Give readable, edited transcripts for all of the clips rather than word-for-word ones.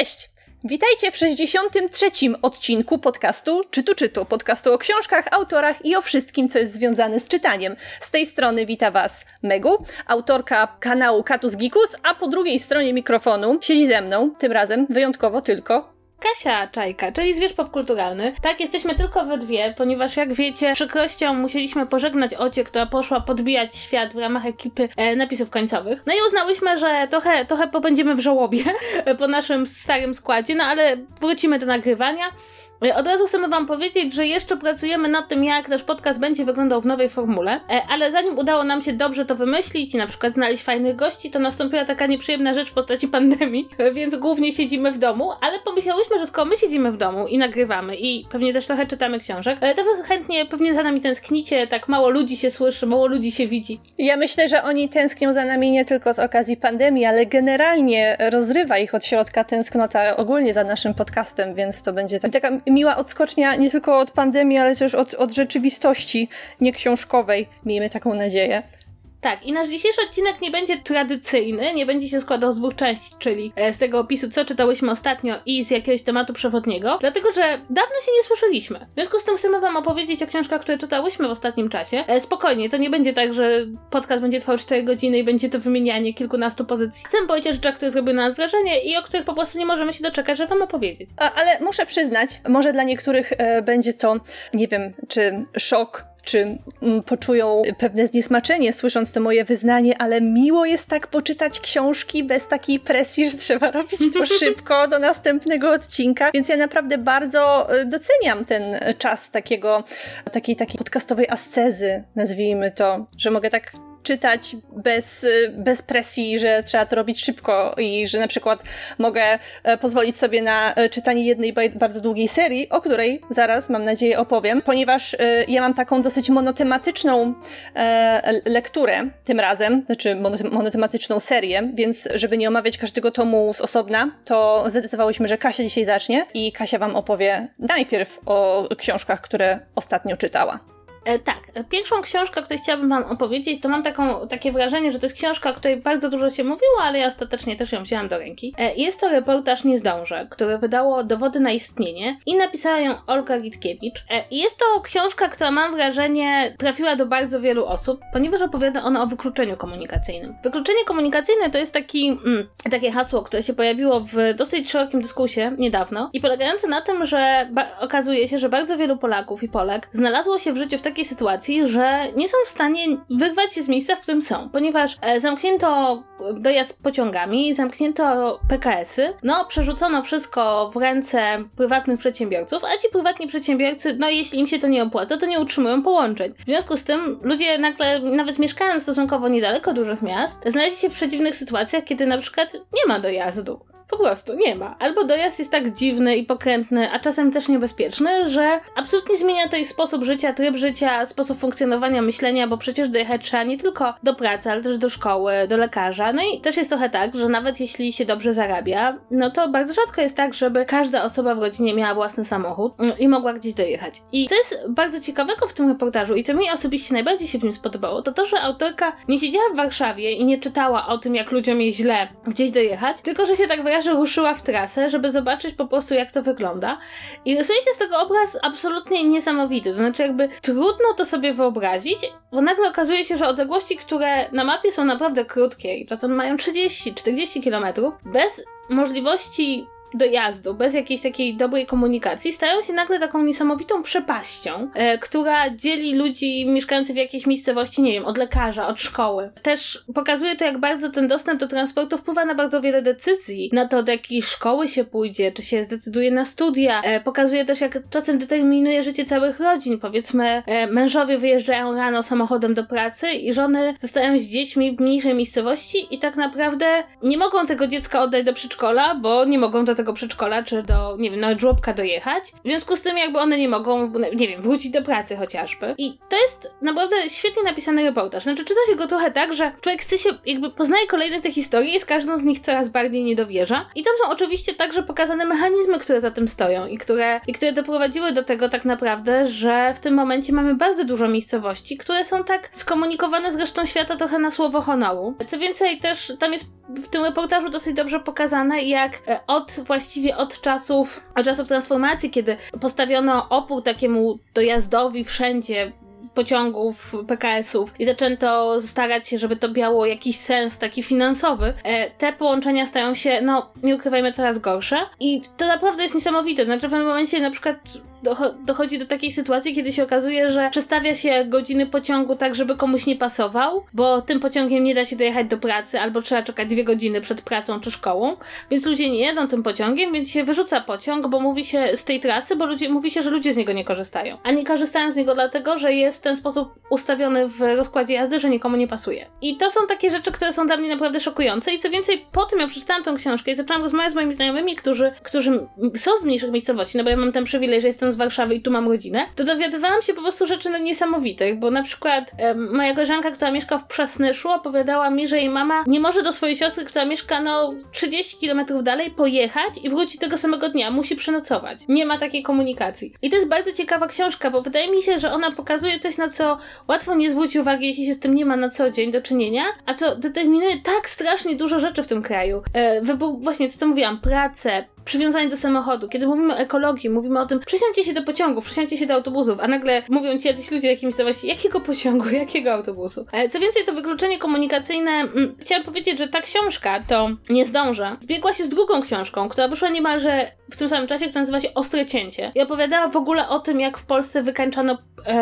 Cześć! Witajcie w 63. odcinku podcastu Czytu, podcastu o książkach, autorach i o wszystkim, co jest związane z czytaniem. Z tej strony wita Was Megu, autorka kanału Katus Gikus, a po drugiej stronie mikrofonu siedzi ze mną, tym razem wyjątkowo tylko Kasia Czajka, czyli zwierz popkulturalny. Tak, jesteśmy tylko we dwie, ponieważ jak wiecie, przykrością musieliśmy pożegnać Ocię, która poszła podbijać świat w ramach ekipy napisów końcowych. No i uznałyśmy, że trochę popędzimy w żałobie po naszym starym składzie, no ale wrócimy do nagrywania. Od razu chcemy wam powiedzieć, że jeszcze pracujemy nad tym, jak nasz podcast będzie wyglądał w nowej formule, ale zanim udało nam się dobrze to wymyślić i na przykład znaleźć fajnych gości, to nastąpiła taka nieprzyjemna rzecz w postaci pandemii, więc głównie siedzimy w domu, ale pomyślałyśmy, że skoro my siedzimy w domu i nagrywamy i pewnie też trochę czytamy książek, to wy chętnie pewnie za nami tęsknicie, tak mało ludzi się słyszy, mało ludzi się widzi. Ja myślę, że oni tęsknią za nami nie tylko z okazji pandemii, ale generalnie rozrywa ich od środka tęsknota ogólnie za naszym podcastem, więc to będzie taka miła odskocznia nie tylko od pandemii, ale też od rzeczywistości nieksiążkowej. Miejmy taką nadzieję. Tak, i nasz dzisiejszy odcinek nie będzie tradycyjny, nie będzie się składał z dwóch części, czyli z tego opisu, co czytałyśmy ostatnio i z jakiegoś tematu przewodniego, dlatego, że dawno się nie słyszeliśmy. W związku z tym chcemy wam opowiedzieć o książkach, które czytałyśmy w ostatnim czasie. Spokojnie, to nie będzie tak, że podcast będzie trwał 4 godziny i będzie to wymienianie kilkunastu pozycji. Chcemy powiedzieć o rzeczach, które zrobiły na nas wrażenie i o których po prostu nie możemy się doczekać, żeby wam opowiedzieć. Ale muszę przyznać, może dla niektórych będzie to, nie wiem, czy szok, czy poczują pewne zniesmaczenie, słysząc to moje wyznanie, ale miło jest tak poczytać książki bez takiej presji, że trzeba robić to szybko do następnego odcinka, więc ja naprawdę bardzo doceniam ten czas takiej podcastowej ascezy, nazwijmy to, że mogę tak czytać bez presji, że trzeba to robić szybko i że na przykład mogę pozwolić sobie na czytanie jednej bardzo długiej serii, o której zaraz, mam nadzieję, opowiem, ponieważ ja mam taką dosyć monotematyczną lekturę tym razem, znaczy monotematyczną serię, więc żeby nie omawiać każdego tomu z osobna, to zdecydowałyśmy, że Kasia dzisiaj zacznie i Kasia wam opowie najpierw o książkach, które ostatnio czytała. Tak, pierwszą książkę, o której chciałabym wam opowiedzieć, to mam takie wrażenie, że to jest książka, o której bardzo dużo się mówiło, ale ja ostatecznie też ją wzięłam do ręki. Jest to reportaż Nie zdążę, które wydało Dowody na istnienie i napisała ją Olga Ritkiewicz. Jest to książka, która, mam wrażenie, trafiła do bardzo wielu osób, ponieważ opowiada ona o wykluczeniu komunikacyjnym. Wykluczenie komunikacyjne to jest takie hasło, które się pojawiło w dosyć szerokim dyskursie niedawno i polegające na tym, że okazuje się, że bardzo wielu Polaków i Polek znalazło się w życiu w takiej sytuacji, że nie są w stanie wyrwać się z miejsca, w którym są, ponieważ zamknięto dojazd pociągami, zamknięto PKS-y, przerzucono wszystko w ręce prywatnych przedsiębiorców, a ci prywatni przedsiębiorcy, jeśli im się to nie opłaca, to nie utrzymują połączeń. W związku z tym ludzie nagle, nawet mieszkając stosunkowo niedaleko dużych miast, znaleźli się w przedziwnych sytuacjach, kiedy na przykład nie ma dojazdu. Po prostu nie ma. Albo dojazd jest tak dziwny i pokrętny, a czasem też niebezpieczny, że absolutnie zmienia to ich sposób życia, tryb życia, sposób funkcjonowania, myślenia, bo przecież dojechać trzeba nie tylko do pracy, ale też do szkoły, do lekarza. No i też jest trochę tak, że nawet jeśli się dobrze zarabia, to bardzo rzadko jest tak, żeby każda osoba w rodzinie miała własny samochód i mogła gdzieś dojechać. I co jest bardzo ciekawego w tym reportażu i co mi osobiście najbardziej się w nim spodobało, to to, że autorka nie siedziała w Warszawie i nie czytała o tym, jak ludziom jest źle gdzieś dojechać, tylko że się tak wyraża, że ruszyła w trasę, żeby zobaczyć po prostu, jak to wygląda. I rysuje się z tego obraz absolutnie niesamowity. To znaczy jakby trudno to sobie wyobrazić, bo nagle okazuje się, że odległości, które na mapie są naprawdę krótkie i czasem mają 30-40 kilometrów, bez możliwości dojazdu, bez jakiejś takiej dobrej komunikacji, stają się nagle taką niesamowitą przepaścią, która dzieli ludzi mieszkających w jakiejś miejscowości, nie wiem, od lekarza, od szkoły. Też pokazuje to, jak bardzo ten dostęp do transportu wpływa na bardzo wiele decyzji, na to, do jakiej szkoły się pójdzie, czy się zdecyduje na studia. Pokazuje też, jak czasem determinuje życie całych rodzin. Powiedzmy, mężowie wyjeżdżają rano samochodem do pracy i żony zostają z dziećmi w mniejszej miejscowości i tak naprawdę nie mogą tego dziecka oddać do przedszkola, bo nie mogą do tego przedszkola, czy do, nie wiem, żłobka dojechać. W związku z tym jakby one nie mogą, nie wiem, wrócić do pracy chociażby. I to jest naprawdę świetnie napisany reportaż. Znaczy czyta się go trochę tak, że człowiek chce się, jakby poznaje kolejne te historie i z każdą z nich coraz bardziej nie dowierza. I tam są oczywiście także pokazane mechanizmy, które za tym stoją i które doprowadziły do tego tak naprawdę, że w tym momencie mamy bardzo dużo miejscowości, które są tak skomunikowane z resztą świata trochę na słowo honoru. Co więcej, też tam jest w tym reportażu dosyć dobrze pokazane, jak właściwie od czasów transformacji, kiedy postawiono opór takiemu dojazdowi wszędzie pociągów, PKS-ów i zaczęto starać się, żeby to miało jakiś sens taki finansowy, te połączenia stają się, nie ukrywajmy, coraz gorsze i to naprawdę jest niesamowite. Znaczy w pewnym momencie na przykład dochodzi do takiej sytuacji, kiedy się okazuje, że przestawia się godziny pociągu tak, żeby komuś nie pasował, bo tym pociągiem nie da się dojechać do pracy, albo trzeba czekać 2 godziny przed pracą czy szkołą, więc ludzie nie jedą tym pociągiem, więc się wyrzuca pociąg, bo mówi się z tej trasy, bo mówi się, że ludzie z niego nie korzystają. A nie korzystają z niego dlatego, że jest w ten sposób ustawiony w rozkładzie jazdy, że nikomu nie pasuje. I to są takie rzeczy, które są dla mnie naprawdę szokujące i co więcej, po tym jak przeczytałam tą książkę i zaczęłam rozmawiać z moimi znajomymi, którzy są z mniejszych miejscowości, bo ja mam ten przywilej, że jestem z Warszawy i tu mam rodzinę, to dowiadywałam się po prostu rzeczy niesamowitych, bo na przykład moja koleżanka, która mieszka w Przasnyszu, opowiadała mi, że jej mama nie może do swojej siostry, która mieszka 30 km dalej, pojechać i wróci tego samego dnia, musi przenocować. Nie ma takiej komunikacji. I to jest bardzo ciekawa książka, bo wydaje mi się, że ona pokazuje coś, na co łatwo nie zwróci uwagi, jeśli się z tym nie ma na co dzień do czynienia, a co determinuje tak strasznie dużo rzeczy w tym kraju. Wybór, właśnie to, co mówiłam, pracę, przywiązanie do samochodu. Kiedy mówimy o ekologii, mówimy o tym, przesiądźcie się do pociągów, przesiądźcie się do autobusów, a nagle mówią ci jacyś ludzie w jakiejś miejscowości, jakiego pociągu, jakiego autobusu. Co więcej, to wykluczenie komunikacyjne, chciałam powiedzieć, że ta książka, to Nie zdążę, zbiegła się z drugą książką, która wyszła niemalże w tym samym czasie, która nazywa się Ostre cięcie i opowiadała w ogóle o tym, jak w Polsce wykańczano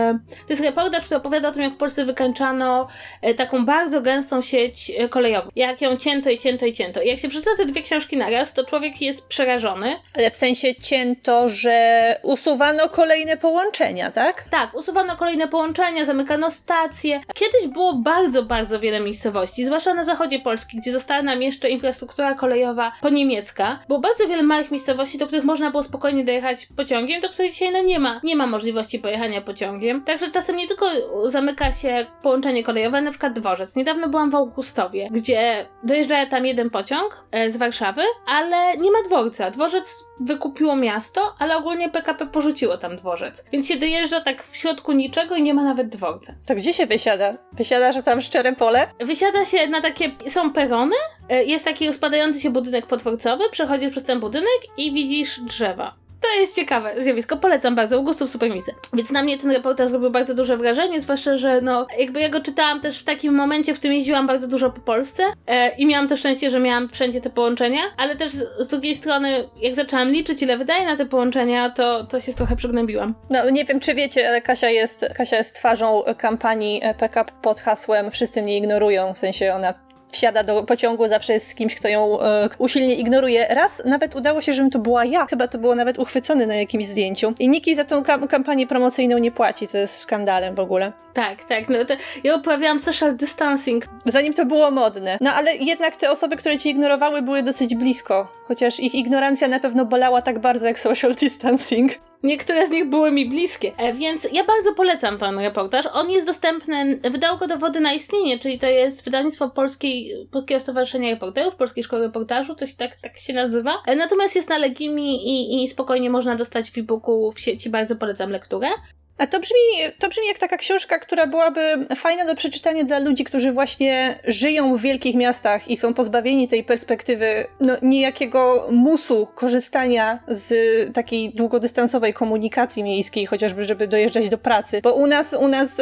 to jest reportaż, który opowiada o tym, jak w Polsce wykańczano taką bardzo gęstą sieć kolejową. Jak ją cięto i cięto i cięto. I jak się przeczyta te 2 książki naraz, to człowiek jest przerażony. Ale w sensie cięto, że usuwano kolejne połączenia, tak? Tak, usuwano kolejne połączenia, zamykano stacje. Kiedyś było bardzo, bardzo wiele miejscowości, zwłaszcza na zachodzie Polski, gdzie została nam jeszcze infrastruktura kolejowa poniemiecka. Było bardzo wiele małych miejscowości, do których można było spokojnie dojechać pociągiem, do których dzisiaj nie ma możliwości pojechania pociągiem. Także czasem nie tylko zamyka się połączenie kolejowe, na przykład dworzec. Niedawno byłam w Augustowie, gdzie dojeżdża tam jeden pociąg z Warszawy, ale nie ma dworca. Dworzec wykupiło miasto, ale ogólnie PKP porzuciło tam dworzec. Więc się dojeżdża tak w środku niczego i nie ma nawet dworca. To gdzie się wysiada? Wysiada, że tam szczere pole? Wysiada się na takie, są perony, jest taki rozpadający się budynek podworcowy, przechodzisz przez ten budynek i widzisz drzewa. To jest ciekawe zjawisko, polecam bardzo, Augustów super miejsce. Więc na mnie ten reportaż zrobił bardzo duże wrażenie, zwłaszcza, że jakby ja go czytałam też w takim momencie, w którym jeździłam bardzo dużo po Polsce i miałam to szczęście, że miałam wszędzie te połączenia, ale też z drugiej strony, jak zaczęłam liczyć, ile wydaje na te połączenia, to się trochę przygnębiłam. Nie wiem, czy wiecie, ale Kasia jest twarzą kampanii PKP pod hasłem "Wszyscy mnie ignorują", w sensie ona wsiada do pociągu zawsze z kimś, kto ją usilnie ignoruje. Raz nawet udało się, żebym to była ja. Chyba to było nawet uchwycone na jakimś zdjęciu. I nikt jej za tą kampanię promocyjną nie płaci, co jest skandalem w ogóle. Tak. To ja uprawiałam social distancing. Zanim to było modne. Ale jednak te osoby, które cię ignorowały, były dosyć blisko. Chociaż ich ignorancja na pewno bolała tak bardzo jak social distancing. Niektóre z nich były mi bliskie. Więc ja bardzo polecam ten reportaż. On jest dostępny, wydało go Dowody na istnienie, czyli to jest wydawnictwo Polskiego Stowarzyszenia Reporterów, Polskiej Szkoły Reportażu, coś tak się nazywa. Natomiast jest na Legimi i spokojnie można dostać w e-booku w sieci. Bardzo polecam lekturę. A to brzmi jak taka książka, która byłaby fajna do przeczytania dla ludzi, którzy właśnie żyją w wielkich miastach i są pozbawieni tej perspektywy niejakiego musu korzystania z takiej długodystansowej komunikacji miejskiej, chociażby żeby dojeżdżać do pracy. Bo u nas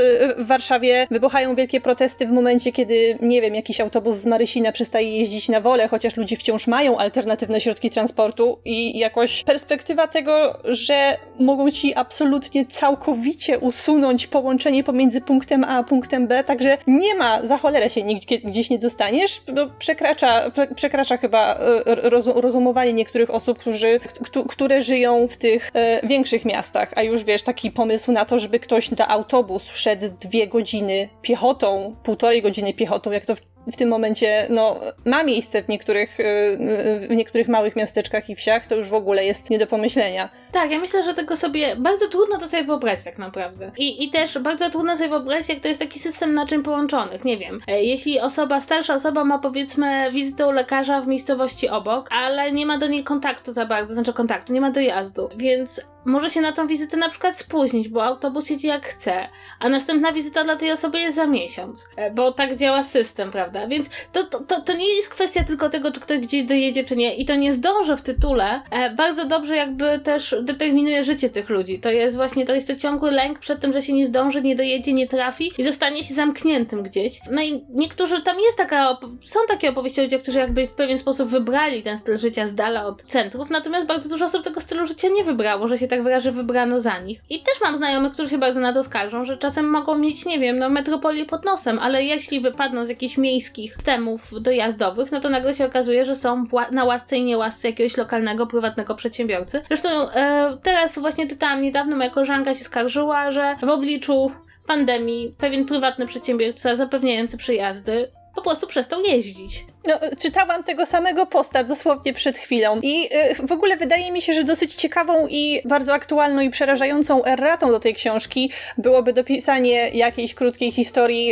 w Warszawie wybuchają wielkie protesty w momencie, kiedy, nie wiem, jakiś autobus z Marysina przestaje jeździć na Wolę, chociaż ludzie wciąż mają alternatywne środki transportu i jakoś perspektywa tego, że mogą ci absolutnie całkowicie usunąć połączenie pomiędzy punktem A a punktem B, także nie ma, za cholerę się nigdzie gdzieś nie dostaniesz, przekracza chyba rozumowanie niektórych osób, które żyją w tych większych miastach, a już wiesz, taki pomysł na to, żeby ktoś na autobus szedł 2 godziny piechotą, 1,5 godziny piechotą, jak to w tym momencie ma miejsce w niektórych małych miasteczkach i wsiach, to już w ogóle jest nie do pomyślenia. Tak, ja myślę, że tego sobie bardzo trudno to sobie wyobrazić tak naprawdę. I też bardzo trudno sobie wyobrazić, jak to jest taki system naczyń połączonych. Nie wiem, jeśli starsza osoba ma powiedzmy wizytę u lekarza w miejscowości obok, ale nie ma do niej kontaktu za bardzo, nie ma dojazdu, więc może się na tą wizytę na przykład spóźnić, bo autobus jedzie jak chce, a następna wizyta dla tej osoby jest za miesiąc, bo tak działa system, prawda? Więc to nie jest kwestia tylko tego, czy ktoś gdzieś dojedzie, czy nie. I to nie zdążę w tytule bardzo dobrze jakby też determinuje życie tych ludzi. To jest to ciągły lęk przed tym, że się nie zdąży, nie dojedzie, nie trafi i zostanie się zamkniętym gdzieś. No i niektórzy, tam jest są takie opowieści o ludziach, którzy jakby w pewien sposób wybrali ten styl życia z dala od centrów, natomiast bardzo dużo osób tego stylu życia nie wybrało, że się tak wyrażę, wybrano za nich. I też mam znajomych, którzy się bardzo na to skarżą, że czasem mogą mieć, nie wiem, metropolię pod nosem, ale jeśli wypadną z jakichś miejskich systemów dojazdowych, no to nagle się okazuje, że są na łasce i niełasce jakiegoś lokalnego, prywatnego przedsiębiorcy. Zresztą teraz właśnie czytałam niedawno, moja koleżanka się skarżyła, że w obliczu pandemii pewien prywatny przedsiębiorca zapewniający przyjazdy po prostu przestał jeździć. No, czytałam tego samego posta dosłownie przed chwilą i w ogóle wydaje mi się, że dosyć ciekawą i bardzo aktualną i przerażającą erratą do tej książki byłoby dopisanie jakiejś krótkiej historii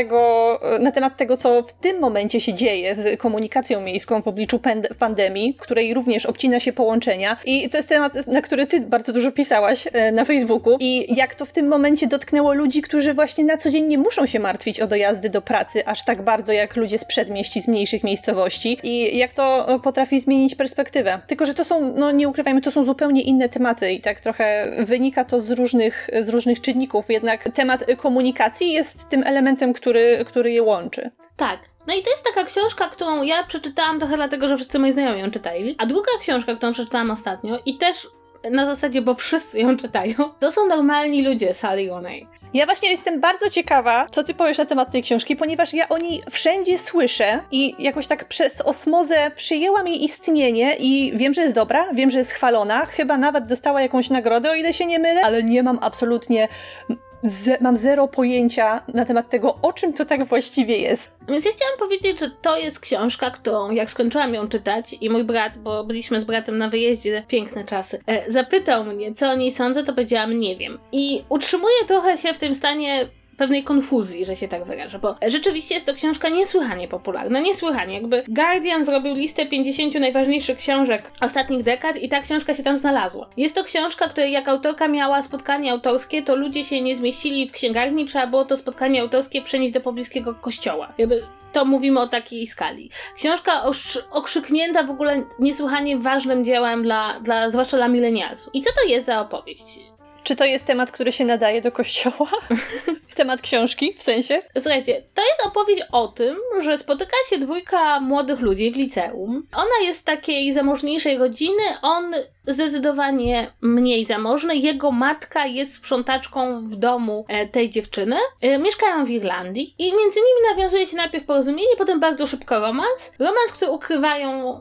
na temat tego, co w tym momencie się dzieje z komunikacją miejską w obliczu pandemii, w której również obcina się połączenia i to jest temat, na który ty bardzo dużo pisałaś na Facebooku i jak to w tym momencie dotknęło ludzi, którzy właśnie na co dzień nie muszą się martwić o dojazdy do pracy aż tak bardzo jak ludzie z przedmieści, z mniejszych miejscowości i jak to potrafi zmienić perspektywę. Tylko, że to są, no nie ukrywajmy, to są zupełnie inne tematy i tak trochę wynika to z różnych czynników, jednak temat komunikacji jest tym elementem, który je łączy. Tak. No i to jest taka książka, którą ja przeczytałam trochę dlatego, że wszyscy moi znajomi ją czytali, a druga książka, którą przeczytałam ostatnio i też na zasadzie, bo wszyscy ją czytają, to są Normalni ludzie Sally Rooney. Ja właśnie jestem bardzo ciekawa, co ty powiesz na temat tej książki, ponieważ ja o niej wszędzie słyszę i jakoś tak przez osmozę przyjęłam jej istnienie i wiem, że jest dobra, wiem, że jest chwalona, chyba nawet dostała jakąś nagrodę, o ile się nie mylę, ale nie mam absolutnie... mam zero pojęcia na temat tego, o czym to tak właściwie jest. Więc ja chciałam powiedzieć, że to jest książka, którą jak skończyłam ją czytać i mój brat, bo byliśmy z bratem na wyjeździe, piękne czasy, zapytał mnie, co o niej sądzę, to powiedziałam, nie wiem. I utrzymuję trochę się w tym stanie pewnej konfuzji, że się tak wyrażę, bo rzeczywiście jest to książka niesłychanie popularna, niesłychanie. Jakby Guardian zrobił listę 50 najważniejszych książek ostatnich dekad i ta książka się tam znalazła. Jest to książka, której jak autorka miała spotkanie autorskie, to ludzie się nie zmieścili w księgarni, trzeba było to spotkanie autorskie przenieść do pobliskiego kościoła. Jakby to mówimy o takiej skali. Książka okrzyknięta w ogóle niesłychanie ważnym dziełem zwłaszcza dla milenialsów. I co to jest za opowieść? Czy to jest temat, który się nadaje do kościoła? Temat książki, w sensie? Słuchajcie, to jest opowieść o tym, że spotyka się dwójka młodych ludzi w liceum. Ona jest z takiej zamożniejszej rodziny, on zdecydowanie mniej zamożny. Jego matka jest sprzątaczką w domu tej dziewczyny. Mieszkają w Irlandii i między nimi nawiązuje się najpierw porozumienie, potem bardzo szybko romans. Romans, który ukrywają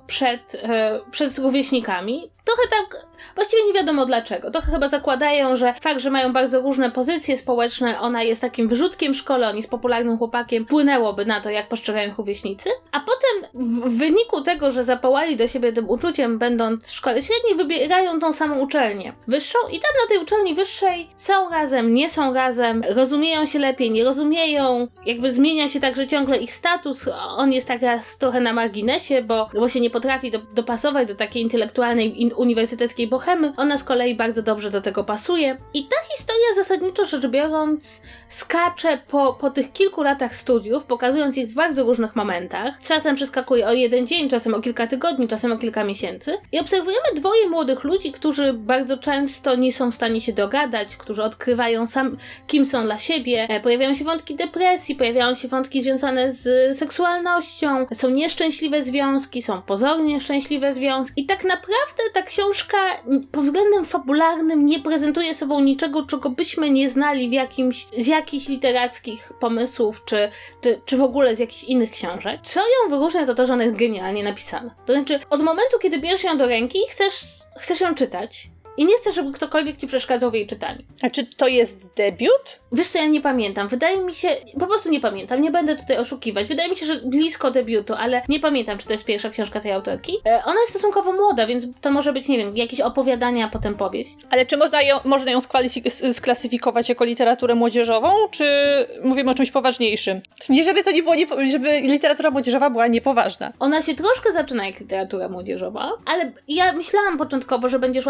przed rówieśnikami. Trochę tak, właściwie nie wiadomo dlaczego. Trochę chyba zakładają, że fakt, że mają bardzo różne pozycje społeczne, ona jest takim wyrzutkiem w szkole, on jest popularnym chłopakiem, wpłynęłoby na to, jak postrzegają rówieśnicy. A potem w wyniku tego, że zapałali do siebie tym uczuciem, będąc w szkole średniej, wybierają tą samą uczelnię wyższą i tam na tej uczelni wyższej są razem, nie są razem, rozumieją się lepiej, nie rozumieją, jakby zmienia się także ciągle ich status. On jest tak raz trochę na marginesie, bo się nie potrafi dopasować do takiej intelektualnej uniwersyteckiej bohemy. Ona z kolei bardzo dobrze do tego pasuje. I ta historia zasadniczo rzecz biorąc skacze po tych kilku latach studiów, pokazując ich w bardzo różnych momentach. Czasem przeskakuje o jeden dzień, czasem o kilka tygodni, czasem o kilka miesięcy. I obserwujemy dwoje młodych ludzi, którzy bardzo często nie są w stanie się dogadać, którzy odkrywają kim są dla siebie. Pojawiają się wątki depresji, pojawiają się wątki związane z seksualnością, są nieszczęśliwe związki, są pozornie szczęśliwe związki. I tak naprawdę ta książka pod względem fabularnym nie prezentuje sobą niczego, czego byśmy nie znali z jakichś literackich pomysłów, czy w ogóle z jakichś innych książek. Co ją wyróżnia, to to, że ona jest genialnie napisana. To znaczy, od momentu, kiedy bierzesz ją do ręki, chcesz ją czytać. I nie chcę, żeby ktokolwiek ci przeszkadzał w jej czytaniu. A czy to jest debiut? Wiesz co, ja nie pamiętam. Wydaje mi się... Po prostu nie pamiętam. Nie będę tutaj oszukiwać. Wydaje mi się, że blisko debiutu, ale nie pamiętam, czy to jest pierwsza książka tej autorki. Ona jest stosunkowo młoda, więc to może być, nie wiem, jakieś opowiadanie, a potem powieść. Ale czy można ją sklasyfikować jako literaturę młodzieżową, czy mówimy o czymś poważniejszym? Nie, żeby to nie było... żeby literatura młodzieżowa była niepoważna. Ona się troszkę zaczyna jak literatura młodzieżowa, ale ja myślałam początkowo, że będzie szła w tym stronę,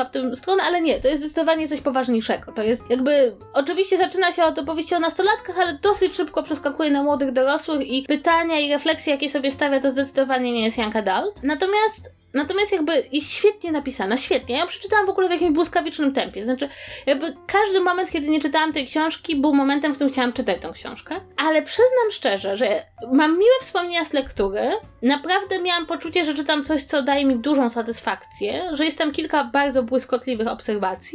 stron, ale nie, to jest zdecydowanie coś poważniejszego. To jest jakby, oczywiście zaczyna się od opowieści o nastolatkach, ale dosyć szybko przeskakuje na młodych dorosłych i pytania i refleksje, jakie sobie stawia, to zdecydowanie nie jest young adult. Natomiast jakby jest świetnie napisana, świetnie. Ja ją przeczytałam w ogóle w jakimś błyskawicznym tempie. Znaczy, jakby każdy moment, kiedy nie czytałam tej książki, był momentem, w którym chciałam czytać tą książkę. Ale przyznam szczerze, że mam miłe wspomnienia z lektury. Naprawdę miałam poczucie, że czytam coś, co daje mi dużą satysfakcję, że jest tam kilka bardzo błyskotliwych obserwacji.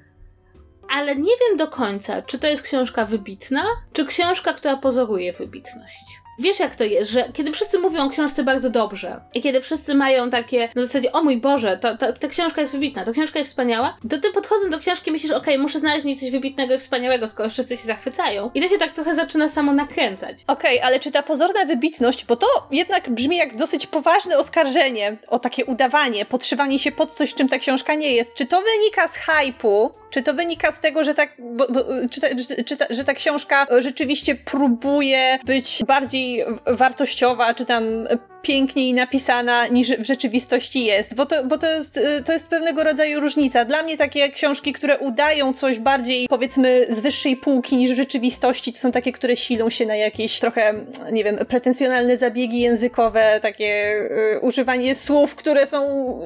Ale nie wiem do końca, czy to jest książka wybitna, czy książka, która pozoruje wybitność. Wiesz, jak to jest, że kiedy wszyscy mówią o książce bardzo dobrze i kiedy wszyscy mają takie na zasadzie, o mój Boże, ta książka jest wybitna, ta książka jest wspaniała, to ty podchodząc do książki myślisz, okej, muszę znaleźć w niej coś wybitnego i wspaniałego, skoro wszyscy się zachwycają. I to się tak trochę zaczyna samo nakręcać. Okej, ale czy ta pozorna wybitność, bo to jednak brzmi jak dosyć poważne oskarżenie o takie udawanie, podszywanie się pod coś, czym ta książka nie jest. Czy to wynika z hype'u? Czy to wynika z tego, że że ta książka rzeczywiście próbuje być bardziej wartościowa, czy tam piękniej napisana niż w rzeczywistości jest, bo to jest pewnego rodzaju różnica. Dla mnie takie książki, które udają coś bardziej, powiedzmy, z wyższej półki niż w rzeczywistości, to są takie, które silą się na jakieś trochę, nie wiem, pretensjonalne zabiegi językowe, takie używanie słów, które są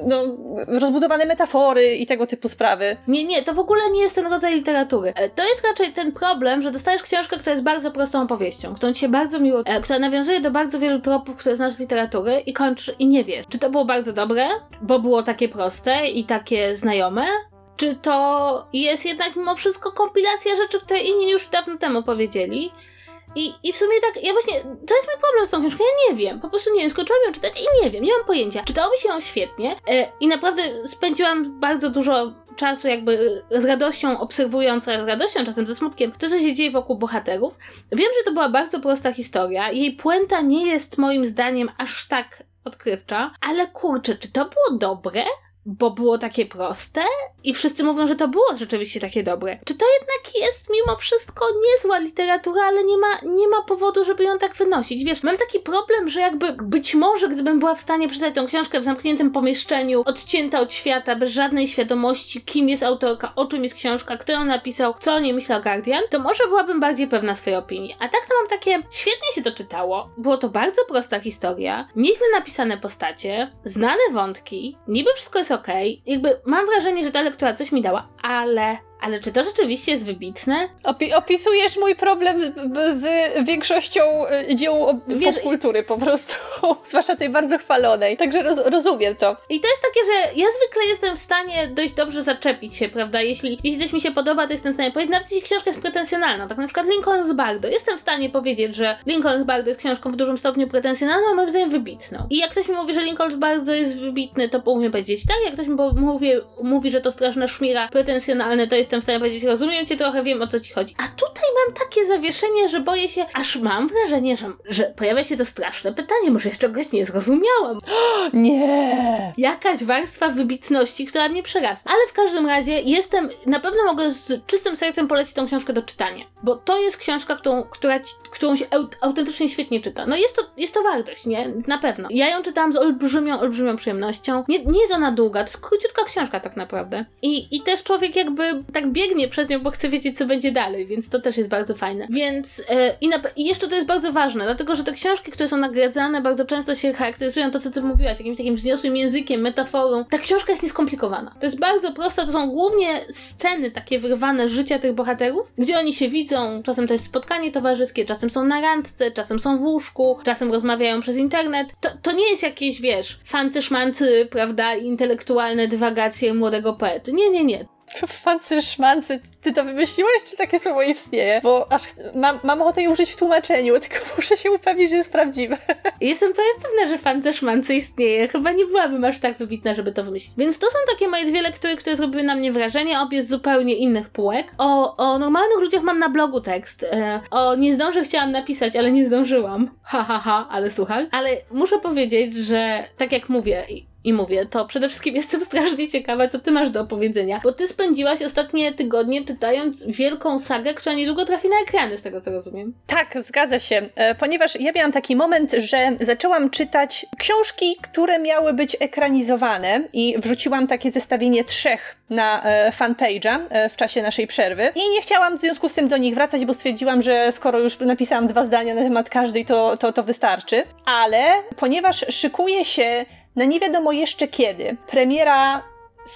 rozbudowane metafory i tego typu sprawy. Nie, to w ogóle nie jest ten rodzaj literatury. To jest raczej ten problem, że dostajesz książkę, która jest bardzo prostą opowieścią, którą ci się bardzo miło, która nawiązuje do bardzo wielu tropów, które znasz z literatury i kończysz i nie wiesz, czy to było bardzo dobre, bo było takie proste i takie znajome, czy to jest jednak mimo wszystko kompilacja rzeczy, które inni już dawno temu powiedzieli. I w sumie tak, ja właśnie, to jest mój problem z tą książką, ja nie wiem, po prostu nie wiem, skończyłam ją czytać i nie wiem, nie mam pojęcia. Czytałoby się ją świetnie i naprawdę spędziłam bardzo dużo czasu jakby z radością obserwując, z radością, czasem ze smutkiem, to co się dzieje wokół bohaterów. Wiem, że to była bardzo prosta historia, jej puenta nie jest moim zdaniem aż tak odkrywcza, ale kurczę, czy to było dobre? Bo było takie proste i wszyscy mówią, że to było rzeczywiście takie dobre. Czy to jednak jest mimo wszystko niezła literatura, ale nie ma powodu, żeby ją tak wynosić. Wiesz, mam taki problem, że jakby być może gdybym była w stanie przeczytać tą książkę w zamkniętym pomieszczeniu, odcięta od świata, bez żadnej świadomości, kim jest autorka, o czym jest książka, kto ją napisał, co o niej myślał Guardian, to może byłabym bardziej pewna swojej opinii. A tak to mam takie, świetnie się to czytało, było to bardzo prosta historia, nieźle napisane postacie, znane wątki, niby wszystko jest okej. Jakby mam wrażenie, że ta lektura coś mi dała, ale czy to rzeczywiście jest wybitne? Opisujesz mój problem z większością dzieł popkultury po prostu. Zwłaszcza tej bardzo chwalonej. Także rozumiem to. I to jest takie, że ja zwykle jestem w stanie dość dobrze zaczepić się, prawda? Jeśli coś mi się podoba, to jestem w stanie powiedzieć, nawet jeśli książka jest pretensjonalna, tak na przykład Lincoln's Bardo. Jestem w stanie powiedzieć, że Lincoln's Bardo jest książką w dużym stopniu pretensjonalną, a moim zdaniem wybitną. I jak ktoś mi mówi, że Lincoln's Bardo jest wybitny, to umiem powiedzieć tak. Jak ktoś mi mówi, że to straszna szmira pretensjonalne, to jestem w stanie powiedzieć, rozumiem cię trochę, wiem o co ci chodzi. A tutaj mam takie zawieszenie, że boję się, aż mam wrażenie, że pojawia się to straszne pytanie, może ja czegoś nie zrozumiałam. Nie! Jakaś warstwa wybitności, która mnie przerasta. Ale w każdym razie na pewno mogę z czystym sercem polecić tą książkę do czytania. Bo to jest książka, którą się autentycznie świetnie czyta. No jest to wartość, nie? Na pewno. Ja ją czytałam z olbrzymią przyjemnością. Nie jest ona długa, to jest króciutka książka tak naprawdę. I też człowiek jakby tak biegnie przez nią, bo chce wiedzieć, co będzie dalej, więc to też jest bardzo fajne. Więc i jeszcze to jest bardzo ważne, dlatego, że te książki, które są nagradzane, bardzo często się charakteryzują to, co ty mówiłaś, jakimś takim wzniosłym językiem, metaforą. Ta książka jest nieskomplikowana. To jest bardzo prosta, to są głównie sceny takie wyrwane z życia tych bohaterów, gdzie oni się widzą, czasem to jest spotkanie towarzyskie, czasem są na randce, czasem są w łóżku, czasem rozmawiają przez internet. To nie jest jakieś, wiesz, fancy szmancy, prawda, intelektualne dywagacje młodego poety. Nie. Fancy szmancy, ty to wymyśliłeś, czy takie słowo istnieje? Bo aż mam ochotę je użyć w tłumaczeniu, tylko muszę się upewnić, że jest prawdziwe. Jestem pewna, że fancy szmancy istnieje. Chyba nie byłabym aż tak wybitna, żeby to wymyślić. Więc to są takie moje dwie lektury, które zrobiły na mnie wrażenie, obie z zupełnie innych półek. O normalnych ludziach mam na blogu tekst. O nie zdążę chciałam napisać, ale nie zdążyłam. Ha, ale słuchaj. Ale muszę powiedzieć, że tak jak mówię, I mówię, to przede wszystkim jestem strasznie ciekawa, co ty masz do opowiedzenia, bo ty spędziłaś ostatnie tygodnie czytając wielką sagę, która niedługo trafi na ekrany, z tego co rozumiem. Tak, zgadza się, ponieważ ja miałam taki moment, że zaczęłam czytać książki, które miały być ekranizowane i wrzuciłam takie zestawienie 3 na fanpage'a w czasie naszej przerwy i nie chciałam w związku z tym do nich wracać, bo stwierdziłam, że skoro już napisałam 2 zdania na temat każdej, to wystarczy. Ale ponieważ szykuje się na nie wiadomo jeszcze kiedy premiera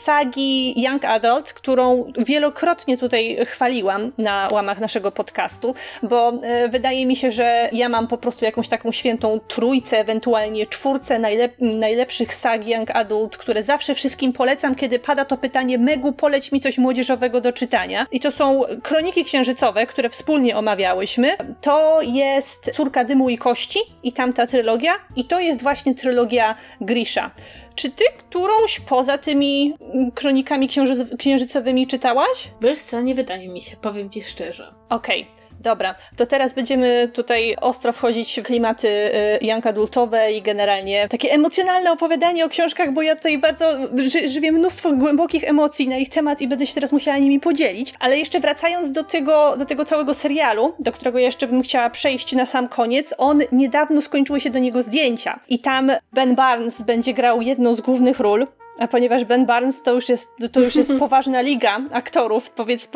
sagi Young Adult, którą wielokrotnie tutaj chwaliłam na łamach naszego podcastu, bo wydaje mi się, że ja mam po prostu jakąś taką świętą trójcę, ewentualnie 4 najlepszych sag Young Adult, które zawsze wszystkim polecam, kiedy pada to pytanie: Megu, poleć mi coś młodzieżowego do czytania. I to są Kroniki Księżycowe, które wspólnie omawiałyśmy. To jest Córka Dymu i Kości i tamta trylogia. I to jest właśnie trylogia Grisha. Czy ty którąś poza tymi kronikami księżycowymi czytałaś? Wiesz co, nie wydaje mi się, powiem ci szczerze. Okej. Dobra, to teraz będziemy tutaj ostro wchodzić w klimaty young adultowe i generalnie takie emocjonalne opowiadanie o książkach, bo ja tutaj bardzo żywię mnóstwo głębokich emocji na ich temat i będę się teraz musiała nimi podzielić. Ale jeszcze wracając do tego całego serialu, do którego jeszcze bym chciała przejść na sam koniec, niedawno skończyły się do niego zdjęcia i tam Ben Barnes będzie grał jedną z głównych ról. A ponieważ Ben Barnes to już jest poważna liga aktorów,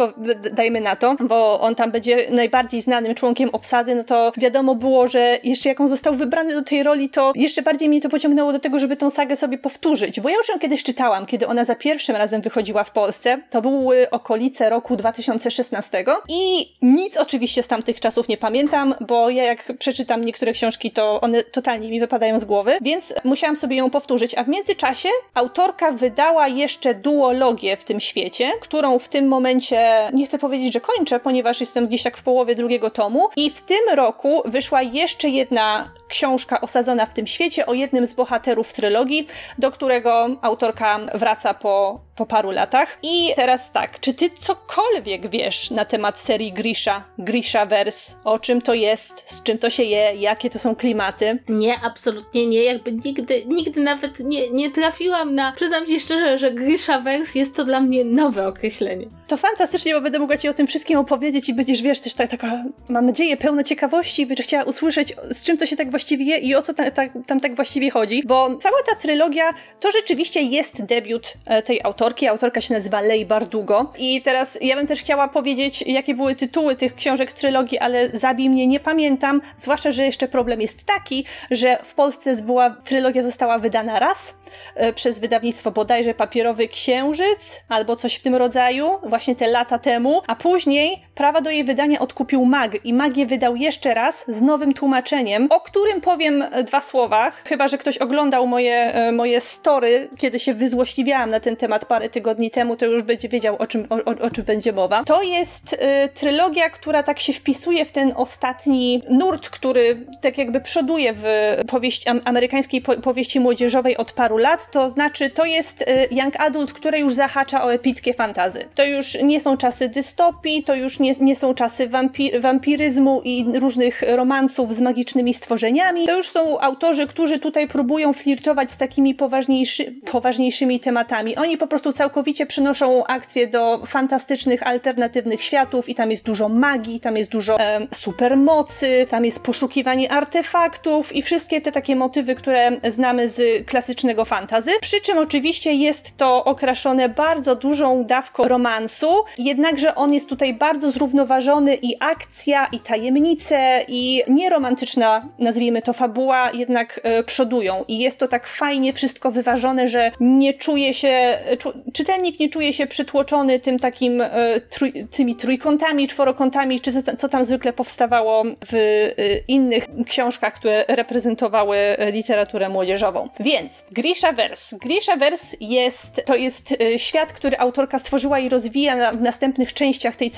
dajmy na to, bo on tam będzie najbardziej znanym członkiem obsady, no to wiadomo było, że jeszcze jak on został wybrany do tej roli, to jeszcze bardziej mnie to pociągnęło do tego, żeby tą sagę sobie powtórzyć, bo ja już ją kiedyś czytałam, kiedy ona za pierwszym razem wychodziła w Polsce, to były okolice roku 2016 i nic oczywiście z tamtych czasów nie pamiętam, bo ja jak przeczytam niektóre książki, to one totalnie mi wypadają z głowy, więc musiałam sobie ją powtórzyć, a w międzyczasie autorka wydała jeszcze duologię w tym świecie, którą w tym momencie nie chcę powiedzieć, że kończę, ponieważ jestem gdzieś tak w połowie 2 tomu i w tym roku wyszła jeszcze jedna książka osadzona w tym świecie o jednym z bohaterów trylogii, do którego autorka wraca po paru latach. I teraz tak, czy ty cokolwiek wiesz na temat serii Grishaverse? O czym to jest? Z czym to się je? Jakie to są klimaty? Nie, absolutnie nie. Jakby nigdy nawet nie trafiłam na... Przyznam ci szczerze, że Grishaverse jest to dla mnie nowe określenie. To fantastycznie, bo będę mogła ci o tym wszystkim opowiedzieć i będziesz, wiesz, też taka, mam nadzieję, pełna ciekawości, będziesz chciała usłyszeć, z czym to się tak właściwie je i o co tam tak właściwie chodzi, bo cała ta trylogia to rzeczywiście jest debiut tej autorki. Autorka się nazywa Leigh Bardugo i teraz ja bym też chciała powiedzieć, jakie były tytuły tych książek trylogii, ale zabij mnie, nie pamiętam, zwłaszcza, że jeszcze problem jest taki, że w Polsce trylogia została wydana raz przez wydawnictwo bodajże Papierowy Księżyc albo coś w tym rodzaju, właśnie te lata temu, a później prawa do jej wydania odkupił MAG i MAG je wydał jeszcze raz z nowym tłumaczeniem, o którym powiem 2 słowa, chyba że ktoś oglądał moje story, kiedy się wyzłośliwiałam na ten temat parę tygodni temu, to już będzie wiedział, o czym będzie mowa. To jest trylogia, która tak się wpisuje w ten ostatni nurt, który tak jakby przoduje w amerykańskiej powieści młodzieżowej od paru lat, to znaczy to jest young adult, które już zahacza o epickie fantasy. To już nie są czasy dystopii, to już nie są czasy wampiryzmu i różnych romansów z magicznymi stworzeniami. To już są autorzy, którzy tutaj próbują flirtować z takimi poważniejszymi tematami. Oni po prostu całkowicie przenoszą akcję do fantastycznych, alternatywnych światów i tam jest dużo magii, tam jest dużo supermocy, tam jest poszukiwanie artefaktów i wszystkie te takie motywy, które znamy z klasycznego fantasy. Przy czym oczywiście jest to okraszone bardzo dużą dawką romansu, jednakże on jest tutaj bardzo zrównoważony i akcja, i tajemnice, i nieromantyczna, nazwijmy to, fabuła jednak przodują. I jest to tak fajnie wszystko wyważone, że nie czuje się, czytelnik nie czuje się przytłoczony tym takim tymi trójkątami, czworokątami, czy co tam zwykle powstawało w innych książkach, które reprezentowały literaturę młodzieżową. Więc Grishaverse to jest świat, który autorka stworzyła i rozwija w następnych częściach tej całej sagi.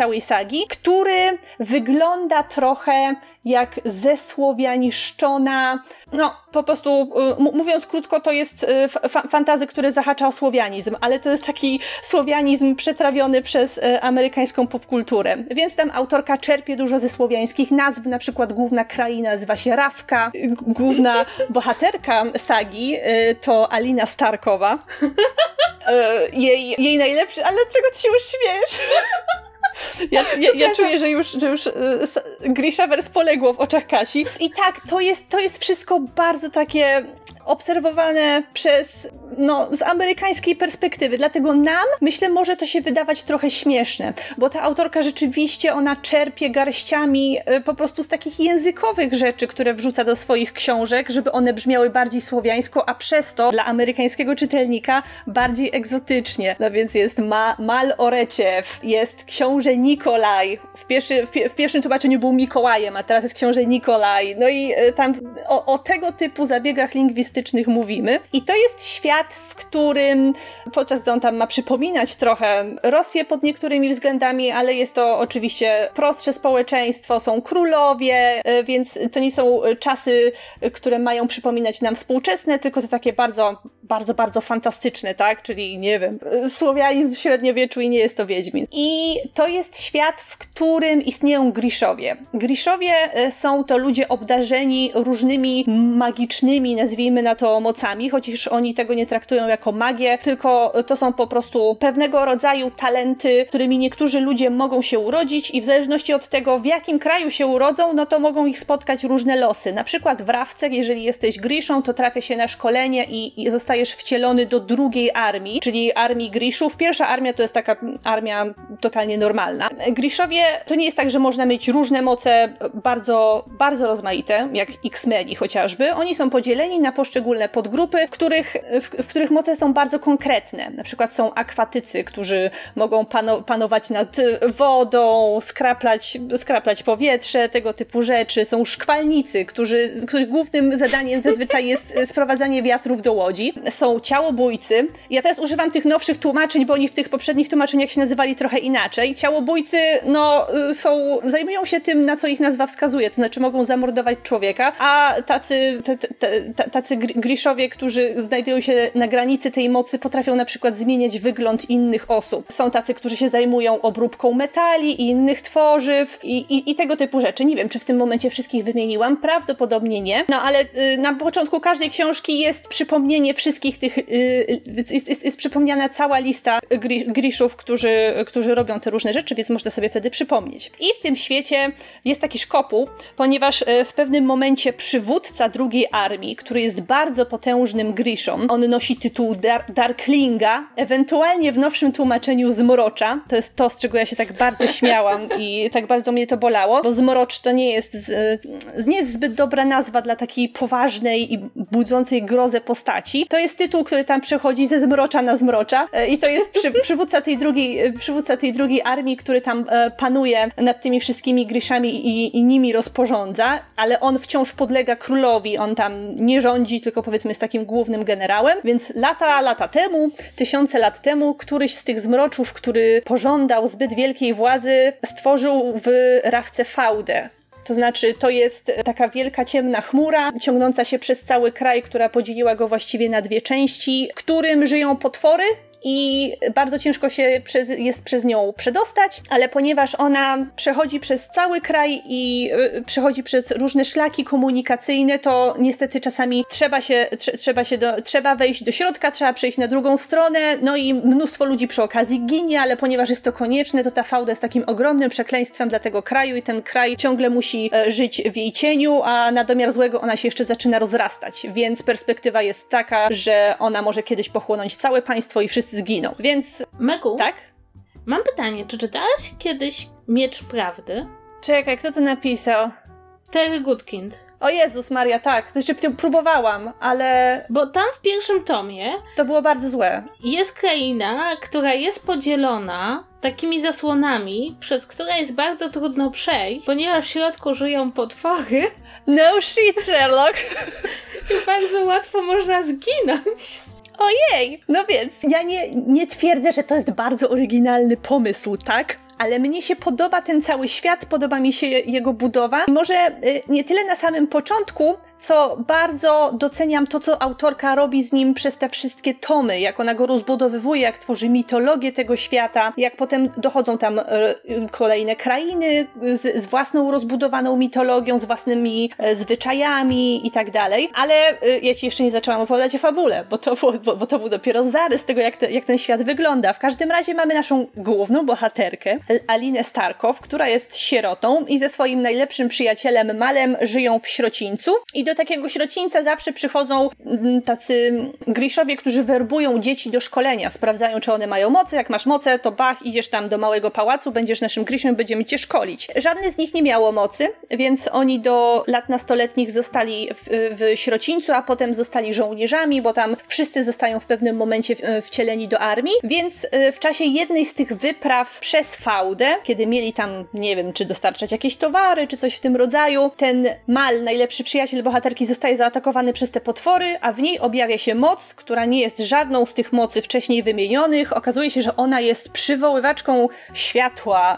sagi, który wygląda trochę jak zesłowianiszczona, no po prostu mówiąc krótko, to jest fantasy, który zahacza o słowianizm, ale to jest taki słowianizm przetrawiony przez amerykańską popkulturę. Więc tam autorka czerpie dużo ze słowiańskich nazw, na przykład główna kraina nazywa się Rawka, główna bohaterka sagi to Alina Starkowa. Jej najlepszy... Ale czego ty się już śmiejesz? Ja czuję, że już Grishaverse poległo w oczach Kasi. I tak, to jest wszystko bardzo takie obserwowane z amerykańskiej perspektywy. Dlatego nam, myślę, może to się wydawać trochę śmieszne, bo ta autorka rzeczywiście, ona czerpie garściami po prostu z takich językowych rzeczy, które wrzuca do swoich książek, żeby one brzmiały bardziej słowiańsko, a przez to dla amerykańskiego czytelnika bardziej egzotycznie. No więc jest Mal Oreciew, jest książę Nikolaj. W pierwszym tłumaczeniu był Mikołajem, a teraz jest książę Nikolaj. No i tam o tego typu zabiegach lingwistycznych mówimy. I to jest świat, w którym, podczas gdy on tam ma przypominać trochę Rosję pod niektórymi względami, ale jest to oczywiście prostsze społeczeństwo, są królowie, więc to nie są czasy, które mają przypominać nam współczesne, tylko to takie bardzo, bardzo, bardzo fantastyczne, tak? Czyli, nie wiem, słowianizm w średniowieczu i nie jest to Wiedźmin. I to jest świat, w którym istnieją Grishowie. Grishowie są to ludzie obdarzeni różnymi magicznymi, nazwijmy na to, mocami, chociaż oni tego nie traktują jako magię, tylko to są po prostu pewnego rodzaju talenty, którymi niektórzy ludzie mogą się urodzić i w zależności od tego, w jakim kraju się urodzą, no to mogą ich spotkać różne losy. Na przykład w Rawce, jeżeli jesteś Grishą, to trafia się na szkolenie i zostajesz wcielony do drugiej armii, czyli armii Grishów. Pierwsza armia to jest taka armia totalnie normalna. Grishowie to nie jest tak, że można mieć różne moce bardzo, bardzo rozmaite, jak X-Meni chociażby. Oni są podzieleni na poszczególne podgrupy, w których moce są bardzo konkretne. Na przykład są akwatycy, którzy mogą panować nad wodą, skraplać powietrze, tego typu rzeczy. Są szkwalnicy, których głównym zadaniem zazwyczaj jest sprowadzanie wiatrów do łodzi. Są ciałobójcy. Ja teraz używam tych nowszych tłumaczeń, bo oni w tych poprzednich tłumaczeniach się nazywali trochę inaczej. Ciałobójcy, zajmują się tym, na co ich nazwa wskazuje, to znaczy mogą zamordować człowieka, a tacy Grishowie, którzy znajdują się na granicy tej mocy, potrafią na przykład zmieniać wygląd innych osób. Są tacy, którzy się zajmują obróbką metali i innych tworzyw i tego typu rzeczy. Nie wiem, czy w tym momencie wszystkich wymieniłam, prawdopodobnie nie. No ale na początku każdej książki jest przypomnienie wszystkich tych, jest przypomniana cała lista Grishów, którzy robią te różne rzeczy, więc można sobie wtedy przypomnieć. I w tym świecie jest taki szkopuł, ponieważ w pewnym momencie przywódca drugiej armii, który jest bardzo potężnym Grishą, on nosi tytuł Darklinga, ewentualnie w nowszym tłumaczeniu Zmrocza. To jest to, z czego ja się tak bardzo śmiałam i tak bardzo mnie to bolało, bo Zmrocz to nie jest zbyt dobra nazwa dla takiej poważnej i budzącej grozę postaci. To jest tytuł, który tam przechodzi ze Zmrocza na Zmrocza i to jest przywódca tej drugiej armii, który tam panuje nad tymi wszystkimi Grishami i nimi rozporządza, ale on wciąż podlega królowi, on tam nie rządzi, tylko powiedzmy jest takim głównym generałem, więc lata temu, tysiące lat temu, któryś z tych zmroczów, który pożądał zbyt wielkiej władzy, stworzył w Rawce fałdę. To znaczy, to jest taka wielka ciemna chmura, ciągnąca się przez cały kraj, która podzieliła go właściwie na dwie części, w którym żyją potwory, i bardzo ciężko się jest przez nią przedostać, ale ponieważ ona przechodzi przez cały kraj i przechodzi przez różne szlaki komunikacyjne, to niestety czasami trzeba wejść do środka, trzeba przejść na drugą stronę, no i mnóstwo ludzi przy okazji ginie, ale ponieważ jest to konieczne, to ta fałda jest takim ogromnym przekleństwem dla tego kraju i ten kraj ciągle musi żyć w jej cieniu, a na domiar złego ona się jeszcze zaczyna rozrastać, więc perspektywa jest taka, że ona może kiedyś pochłonąć całe państwo i wszyscy zginą, więc... Megu, tak? Mam pytanie, czy czytałaś kiedyś Miecz Prawdy? Czekaj, kto to napisał? Terry Goodkind. O Jezus Maria, tak, to jeszcze próbowałam, ale... Bo tam w pierwszym tomie... To było bardzo złe. Jest kraina, która jest podzielona takimi zasłonami, przez które jest bardzo trudno przejść, ponieważ w środku żyją potwory. No shit, Sherlock! I bardzo łatwo można zginąć. Ojej! No więc, ja nie twierdzę, że to jest bardzo oryginalny pomysł, tak? ale mnie się podoba ten cały świat, podoba mi się jego budowa. Może nie tyle na samym początku, co bardzo doceniam to, co autorka robi z nim przez te wszystkie tomy, jak ona go rozbudowywuje, jak tworzy mitologię tego świata, jak potem dochodzą tam kolejne krainy z własną rozbudowaną mitologią, z własnymi zwyczajami i tak dalej. Ale ja ci jeszcze nie zaczęłam opowiadać o fabule, bo to był dopiero zarys tego, jak ten świat wygląda. W każdym razie mamy naszą główną bohaterkę, Alinę Starkow, która jest sierotą i ze swoim najlepszym przyjacielem Malem żyją w Śrocińcu i do takiego Śrocińca zawsze przychodzą tacy Grishowie, którzy werbują dzieci do szkolenia, sprawdzają, czy one mają moce, jak masz moce, to bach, idziesz tam do małego pałacu, będziesz naszym Grishem, będziemy cię szkolić. Żadne z nich nie miało mocy, więc oni do lat nastoletnich zostali w Śrocińcu, a potem zostali żołnierzami, bo tam wszyscy zostają w pewnym momencie wcieleni do armii, więc w czasie jednej z tych wypraw przez fałdę, kiedy mieli tam, nie wiem, czy dostarczać jakieś towary, czy coś w tym rodzaju, ten Mal, najlepszy przyjaciel bohaterki, zostaje zaatakowany przez te potwory, a w niej objawia się moc, która nie jest żadną z tych mocy wcześniej wymienionych. Okazuje się, że ona jest przywoływaczką światła.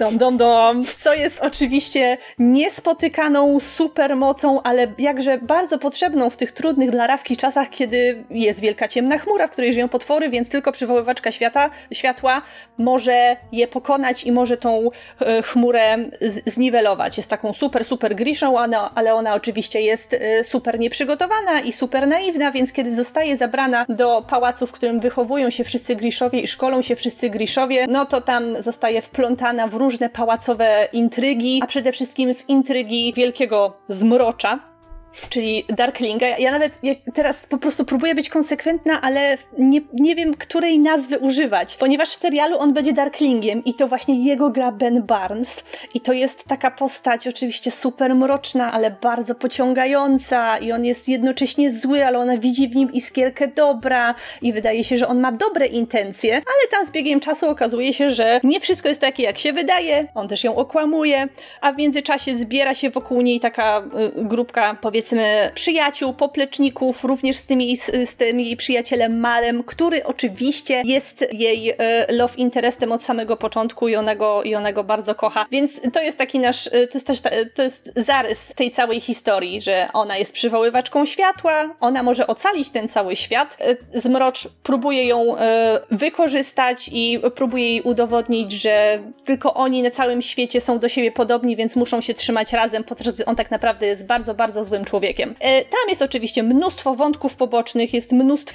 Co jest oczywiście niespotykaną supermocą, ale jakże bardzo potrzebną w tych trudnych dla Rawki czasach, kiedy jest wielka ciemna chmura, w której żyją potwory, więc tylko przywoływaczka światła może je pokonać i może tą chmurę zniwelować. Jest taką super Grishą, ale ona oczywiście jest super nieprzygotowana i super naiwna, więc kiedy zostaje zabrana do pałacu, w którym wychowują się wszyscy Grishowie i szkolą się wszyscy Grishowie, no to tam zostaje wplątana w różne pałacowe intrygi, a przede wszystkim w intrygi wielkiego zmrocza, czyli Darklinga. Ja nawet teraz po prostu próbuję być konsekwentna, ale nie wiem, której nazwy używać, ponieważ w serialu on będzie Darklingiem i to właśnie jego gra Ben Barnes i to jest taka postać oczywiście super mroczna, ale bardzo pociągająca i on jest jednocześnie zły, ale ona widzi w nim iskierkę dobra i wydaje się, że on ma dobre intencje, ale tam z biegiem czasu okazuje się, że nie wszystko jest takie, jak się wydaje, on też ją okłamuje, a w międzyczasie zbiera się wokół niej taka grupka, powiedzmy, przyjaciół, popleczników, również z tym jej przyjacielem Malem, który oczywiście jest jej love interestem od samego początku i ona go bardzo kocha. Więc to jest taki nasz, to jest zarys tej całej historii, że ona jest przywoływaczką światła, ona może ocalić ten cały świat. Zmrocz próbuje ją wykorzystać i próbuje jej udowodnić, że tylko oni na całym świecie są do siebie podobni, więc muszą się trzymać razem, podczas gdy on tak naprawdę jest bardzo, bardzo złym człowiekiem. Tam jest oczywiście mnóstwo wątków pobocznych, jest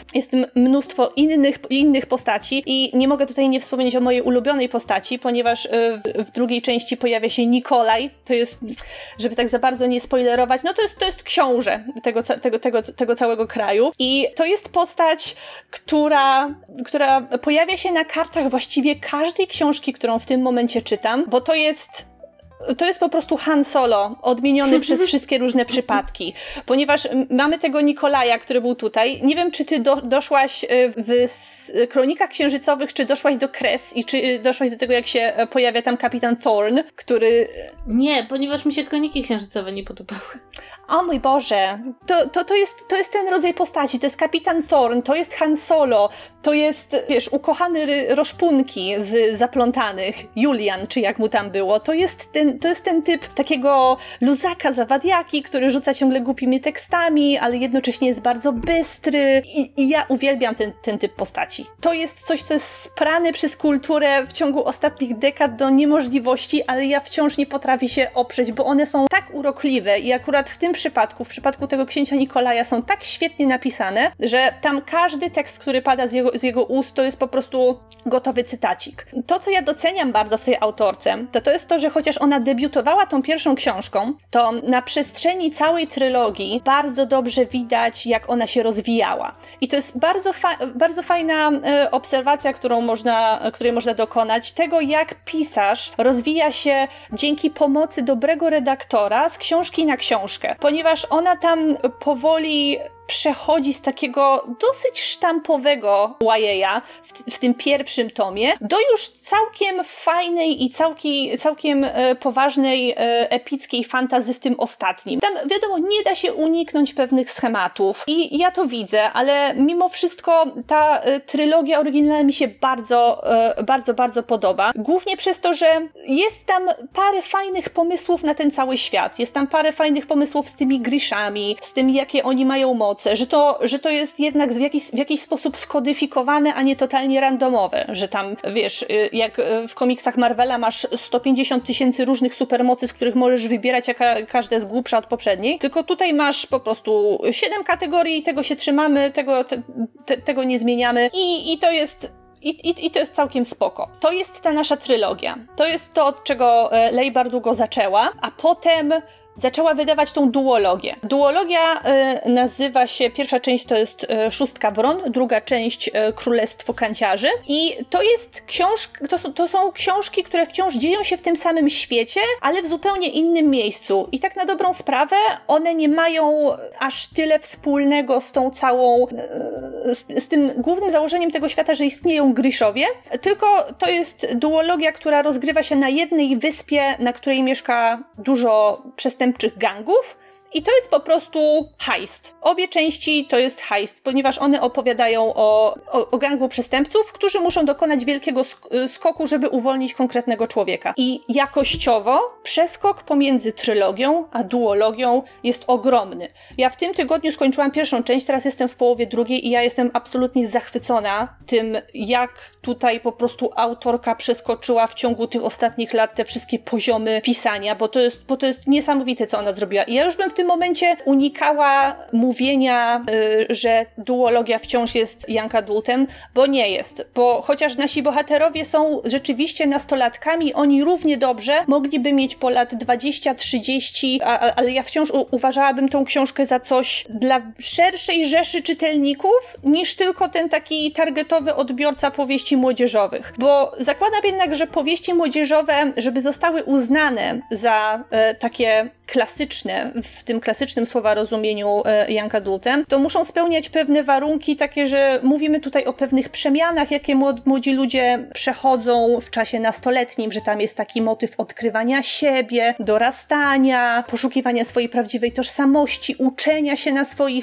mnóstwo innych postaci i nie mogę tutaj nie wspomnieć o mojej ulubionej postaci, ponieważ w drugiej części pojawia się Nikolaj, to jest, żeby tak za bardzo nie spoilerować, no to jest książę tego całego kraju i to jest postać, która pojawia się na kartach właściwie każdej książki, którą w tym momencie czytam, bo to jest po prostu Han Solo, odmieniony przez wszystkie różne przypadki. Ponieważ mamy tego Nikolaja, który był tutaj. Nie wiem, czy ty doszłaś w Kronikach Księżycowych, czy doszłaś do Kres i czy doszłaś do tego, jak się pojawia tam kapitan Thorn, który... Nie, ponieważ mi się Kroniki Księżycowe nie podobały. O mój Boże, to jest ten rodzaj postaci, to jest kapitan Thorn, to jest Han Solo, to jest, wiesz, ukochany Roszpunki z Zaplątanych, Julian, czy jak mu tam było, to jest ten typ takiego luzaka zawadiaki, który rzuca ciągle głupimi tekstami, ale jednocześnie jest bardzo bystry i ja uwielbiam ten typ postaci. To jest coś, co jest sprane przez kulturę w ciągu ostatnich dekad do niemożliwości, ale ja wciąż nie potrafię się oprzeć, bo one są tak urokliwe i akurat w tym przypadku, w przypadku tego księcia Nikolaja są tak świetnie napisane, że tam każdy tekst, który pada z jego ust, to jest po prostu gotowy cytacik. To, co ja doceniam bardzo w tej autorce, to jest to, że chociaż ona debiutowała tą pierwszą książką, to na przestrzeni całej trylogii bardzo dobrze widać, jak ona się rozwijała. I to jest bardzo fajna obserwacja, której można dokonać, tego, jak pisarz rozwija się dzięki pomocy dobrego redaktora z książki na książkę. Ponieważ ona tam powoli przechodzi z takiego dosyć sztampowego YA w tym pierwszym tomie do już całkiem fajnej i całkiem poważnej, epickiej fantasy w tym ostatnim. Tam wiadomo, nie da się uniknąć pewnych schematów i ja to widzę, ale mimo wszystko ta trylogia oryginalna mi się bardzo, bardzo, bardzo podoba. Głównie przez to, że jest tam parę fajnych pomysłów na ten cały świat. Jest tam parę fajnych pomysłów z tymi Grishami, z tym, jakie oni mają moce, że to jest jednak w jakiś sposób skodyfikowane, a nie totalnie randomowe, że tam, wiesz, jak w komiksach Marvela masz 150 000 różnych supermocy, z których możesz wybierać, jaka każda jest głupsza od poprzedniej, tylko tutaj masz po prostu 7 kategorii, tego się trzymamy, tego nie zmieniamy i to jest... I to jest całkiem spoko. To jest ta nasza trylogia. To jest to, od czego Leigh Bardugo zaczęła, a potem zaczęła wydawać tą duologię. Duologia nazywa się, pierwsza część to jest Szóstka Wron, druga część Królestwo Kanciarzy i to jest to są książki, które wciąż dzieją się w tym samym świecie, ale w zupełnie innym miejscu. I tak na dobrą sprawę one nie mają aż tyle wspólnego z tą całą, z tym głównym założeniem tego świata, że istnieją Grishowie, tylko to jest duologia, która rozgrywa się na jednej wyspie, na której mieszka dużo przestępczych gangów i to jest po prostu heist. Obie części to jest heist, ponieważ one opowiadają o gangu przestępców, którzy muszą dokonać wielkiego skoku, żeby uwolnić konkretnego człowieka. I jakościowo przeskok pomiędzy trylogią a duologią jest ogromny. Ja w tym tygodniu skończyłam pierwszą część, teraz jestem w połowie drugiej i ja jestem absolutnie zachwycona tym, jak tutaj po prostu autorka przeskoczyła w ciągu tych ostatnich lat te wszystkie poziomy pisania, bo to jest niesamowite, co ona zrobiła. I ja już bym w tym momencie unikała mówienia, że duologia wciąż jest young adultem, bo nie jest. Bo chociaż nasi bohaterowie są rzeczywiście nastolatkami, oni równie dobrze mogliby mieć po lat 20-30, ale ja wciąż uważałabym tą książkę za coś dla szerszej rzeszy czytelników, niż tylko ten taki targetowy odbiorca powieści młodzieżowych. Bo zakładam jednak, że powieści młodzieżowe, żeby zostały uznane za takie klasyczne, w tym klasycznym słowa rozumieniu young adultem, to muszą spełniać pewne warunki takie, że mówimy tutaj o pewnych przemianach, jakie młodzi ludzie przechodzą w czasie nastoletnim, że tam jest taki motyw odkrywania siebie, dorastania, poszukiwania swojej prawdziwej tożsamości, uczenia się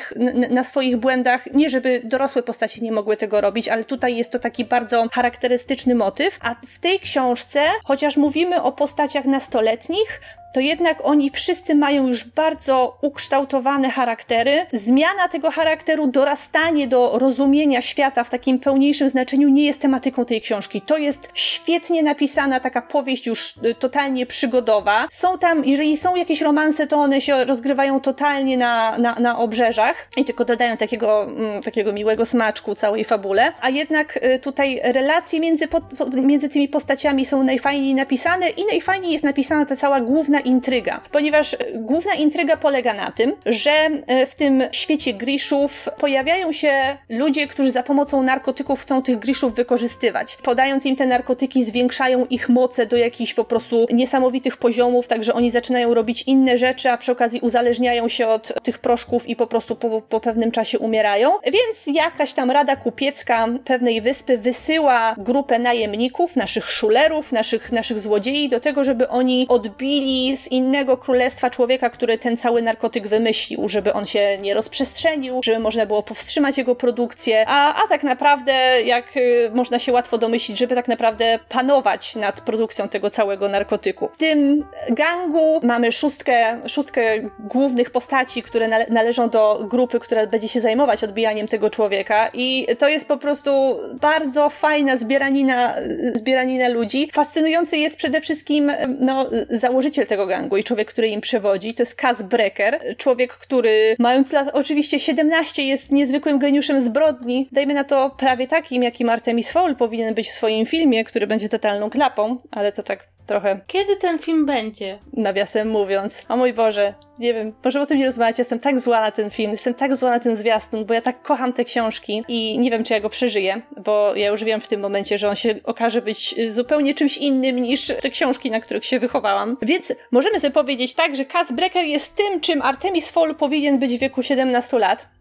na swoich błędach. Nie, żeby dorosłe postacie nie mogły tego robić, ale tutaj jest to taki bardzo charakterystyczny motyw, a w tej książce, chociaż mówimy o postaciach nastoletnich, to jednak oni wszyscy mają już bardzo ukształtowane charaktery. Zmiana tego charakteru, dorastanie do rozumienia świata w takim pełniejszym znaczeniu nie jest tematyką tej książki. To jest świetnie napisana taka powieść już totalnie przygodowa. Są tam, jeżeli są jakieś romanse, to one się rozgrywają totalnie na obrzeżach i tylko dodają takiego miłego smaczku całej fabule. A jednak tutaj relacje między tymi postaciami są najfajniej napisane i najfajniej jest napisana ta cała główna intryga, ponieważ główna intryga polega na tym, że w tym świecie Grishów pojawiają się ludzie, którzy za pomocą narkotyków chcą tych Grishów wykorzystywać. Podając im te narkotyki, zwiększają ich moce do jakichś po prostu niesamowitych poziomów, także oni zaczynają robić inne rzeczy, a przy okazji uzależniają się od tych proszków i po prostu po pewnym czasie umierają. Więc jakaś tam rada kupiecka pewnej wyspy wysyła grupę najemników, naszych szulerów, naszych złodziei do tego, żeby oni odbili z innego królestwa człowieka, który ten cały narkotyk wymyślił, żeby on się nie rozprzestrzenił, żeby można było powstrzymać jego produkcję, a tak naprawdę, jak można się łatwo domyślić, żeby tak naprawdę panować nad produkcją tego całego narkotyku. W tym gangu mamy szóstkę głównych postaci, które należą do grupy, która będzie się zajmować odbijaniem tego człowieka i to jest po prostu bardzo fajna zbieranina ludzi. Fascynujący jest przede wszystkim założyciel tego gangu i człowiek, który im przewodzi, to jest Kaz Brekker, człowiek, który mając lat oczywiście 17 jest niezwykłym geniuszem zbrodni, dajmy na to prawie takim, jakim Artemis Fowl powinien być w swoim filmie, który będzie totalną klapą, ale to tak trochę... Kiedy ten film będzie? Nawiasem mówiąc. O mój Boże, nie wiem, może o tym nie rozmawiać, jestem tak zła na ten film, jestem tak zła na ten zwiastun, bo ja tak kocham te książki i nie wiem, czy ja go przeżyję, bo ja już wiem w tym momencie, że on się okaże być zupełnie czymś innym niż te książki, na których się wychowałam. Więc możemy sobie powiedzieć tak, że Kaz Brekker jest tym, czym Artemis Fowl powinien być w wieku 17 lat.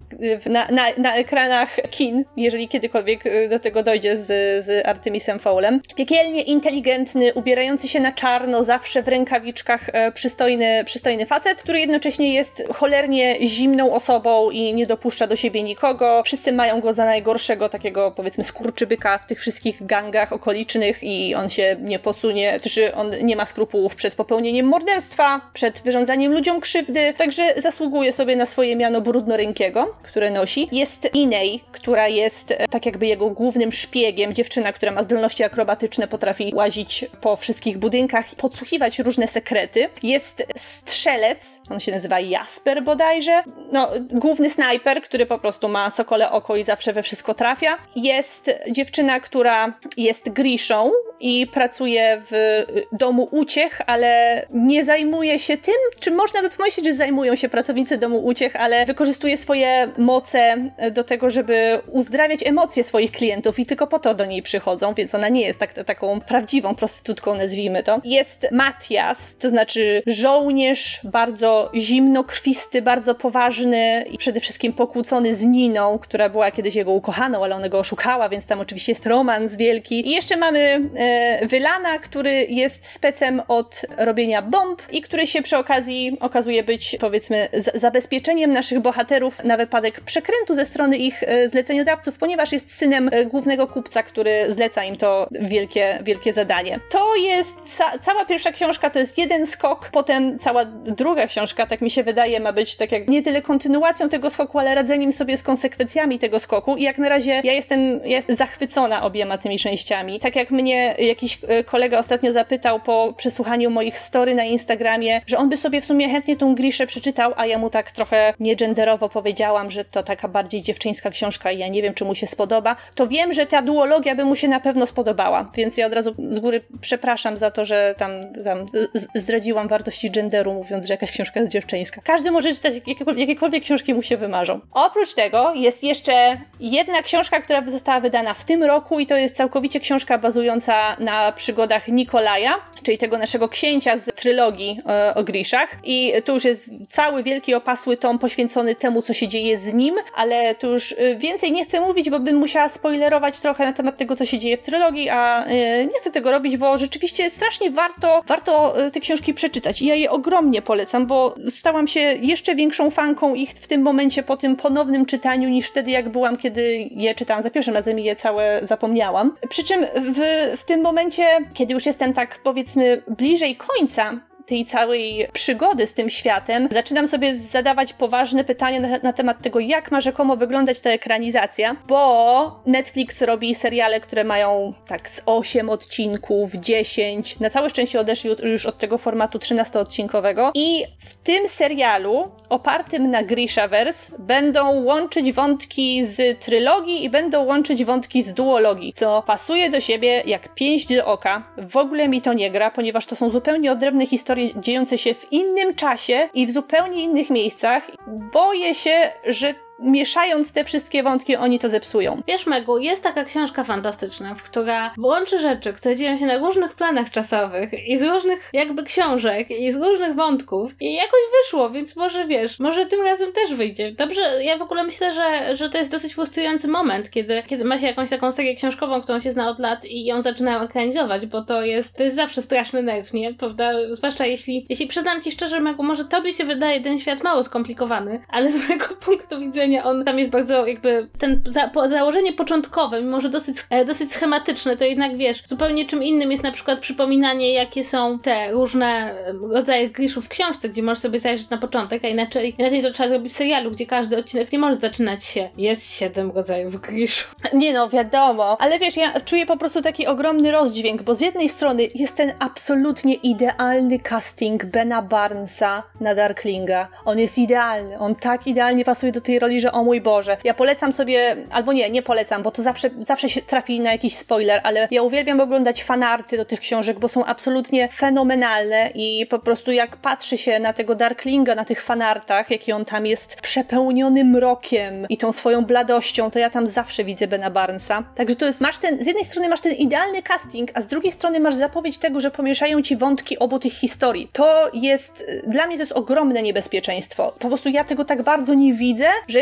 na ekranach kin, jeżeli kiedykolwiek do tego dojdzie z Artemisem Fowlem. Piekielnie inteligentny, ubierający się na czarno, zawsze w rękawiczkach, przystojny facet, który jednocześnie jest cholernie zimną osobą i nie dopuszcza do siebie nikogo. Wszyscy mają go za najgorszego takiego, powiedzmy, skurczybyka w tych wszystkich gangach okolicznych i on się nie posunie, czy on nie ma skrupułów przed popełnieniem morderstwa, przed wyrządzaniem ludziom krzywdy, także zasługuje sobie na swoje miano brudnorękiego, które nosi. Jest Inej, która jest tak jakby jego głównym szpiegiem, dziewczyna, która ma zdolności akrobatyczne, potrafi łazić po wszystkich budynkach, podsłuchiwać różne sekrety. Jest strzelec, on się nazywa Jasper bodajże, główny snajper, który po prostu ma sokole oko i zawsze we wszystko trafia. Jest dziewczyna, która jest Grishą i pracuje w domu uciech, ale nie zajmuje się tym, czy można by pomyśleć, że zajmują się pracownicy domu uciech, ale wykorzystuje swoje moce do tego, żeby uzdrawiać emocje swoich klientów i tylko po to do niej przychodzą, więc ona nie jest taką prawdziwą prostytutką, nazwijmy to. Jest Matias, to znaczy żołnierz, bardzo zimnokrwisty, bardzo poważny i przede wszystkim pokłócony z Niną, która była kiedyś jego ukochaną, ale ona go oszukała, więc tam oczywiście jest romans wielki. I jeszcze mamy Wylana, który jest specem od robienia bomb i który się przy okazji okazuje być, powiedzmy, zabezpieczeniem naszych bohaterów na wypadek przekrętu ze strony ich zleceniodawców, ponieważ jest synem głównego kupca, który zleca im to wielkie zadanie. To jest cała pierwsza książka, to jest jeden skok, potem cała druga książka, tak mi się wydaje, ma być tak jak nie tyle kontynuacją tego skoku, ale radzeniem sobie z konsekwencjami tego skoku i jak na razie ja jestem zachwycona obiema tymi częściami. Tak jak mnie jakiś kolega ostatnio zapytał po przesłuchaniu moich story na Instagramie, że on by sobie w sumie chętnie tą Griszę przeczytał, a ja mu tak trochę niegenderowo powiedziałam, że to taka bardziej dziewczyńska książka i ja nie wiem, czy mu się spodoba, to wiem, że ta duologia by mu się na pewno spodobała, więc ja od razu z góry przepraszam za to, że tam zdradziłam wartości genderu, mówiąc, że jakaś książka jest dziewczyńska. Każdy może czytać jakiekolwiek książki mu się wymarzą. Oprócz tego jest jeszcze jedna książka, która została wydana w tym roku i to jest całkowicie książka bazująca na przygodach Nikolaja, czyli tego naszego księcia z trylogii o Grishach. I tu już jest cały wielki, opasły tom poświęcony temu, co się dzieje z nim, ale tu już więcej nie chcę mówić, bo bym musiała spoilerować trochę na temat tego, co się dzieje w trylogii, a nie chcę tego robić, bo rzeczywiście strasznie warto te książki przeczytać. I ja je ogromnie polecam, bo stałam się jeszcze większą fanką ich w tym momencie po tym ponownym czytaniu niż wtedy, jak byłam, kiedy je czytałam za pierwszym razem i je całe zapomniałam. Przy czym w tym momencie, kiedy już jestem tak, powiedzmy, bliżej końca tej całej przygody z tym światem, zaczynam sobie zadawać poważne pytania na temat tego, jak ma rzekomo wyglądać ta ekranizacja, bo Netflix robi seriale, które mają tak z 8 odcinków, 10, na całe szczęście odeszli już od tego formatu 13-odcinkowego i w tym serialu opartym na Grishaverse będą łączyć wątki z trylogii i będą łączyć wątki z duologii, co pasuje do siebie jak pięść do oka. W ogóle mi to nie gra, ponieważ to są zupełnie odrębne historie dziejące się w innym czasie i w zupełnie innych miejscach. Boję się, że mieszając te wszystkie wątki, oni to zepsują. Wiesz, Megu, jest taka książka fantastyczna, która łączy rzeczy, które dzieją się na różnych planach czasowych i z różnych jakby książek i z różnych wątków i jakoś wyszło, więc może wiesz, może tym razem też wyjdzie. Dobrze, ja w ogóle myślę, że to jest dosyć frustrujący moment, kiedy ma się jakąś taką serię książkową, którą się zna od lat i ją zaczynają ekranizować, bo to jest zawsze straszny nerw, nie? Prawda? Zwłaszcza jeśli przyznam ci szczerze, Megu, może tobie się wydaje ten świat mało skomplikowany, ale z mojego punktu widzenia on tam jest bardzo jakby założenie początkowe, mimo że dosyć schematyczne, to jednak wiesz, zupełnie czym innym jest na przykład przypominanie, jakie są te różne rodzaje Grishów w książce, gdzie możesz sobie zajrzeć na początek, a inaczej to trzeba zrobić w serialu, gdzie każdy odcinek nie może zaczynać się. Jest 7 rodzajów Grishów. Nie no, wiadomo, ale wiesz, ja czuję po prostu taki ogromny rozdźwięk, bo z jednej strony jest ten absolutnie idealny casting Bena Barnesa na Darklinga. On jest idealny, on tak idealnie pasuje do tej roli, że o mój Boże. Ja polecam sobie, albo nie polecam, bo to zawsze się trafi na jakiś spoiler, ale ja uwielbiam oglądać fanarty do tych książek, bo są absolutnie fenomenalne i po prostu jak patrzy się na tego Darklinga, na tych fanartach, jaki on tam jest przepełniony mrokiem i tą swoją bladością, to ja tam zawsze widzę Bena Barnesa. Także to jest, z jednej strony masz ten idealny casting, a z drugiej strony masz zapowiedź tego, że pomieszają ci wątki obu tych historii. To jest, dla mnie to jest ogromne niebezpieczeństwo. Po prostu ja tego tak bardzo nie widzę, że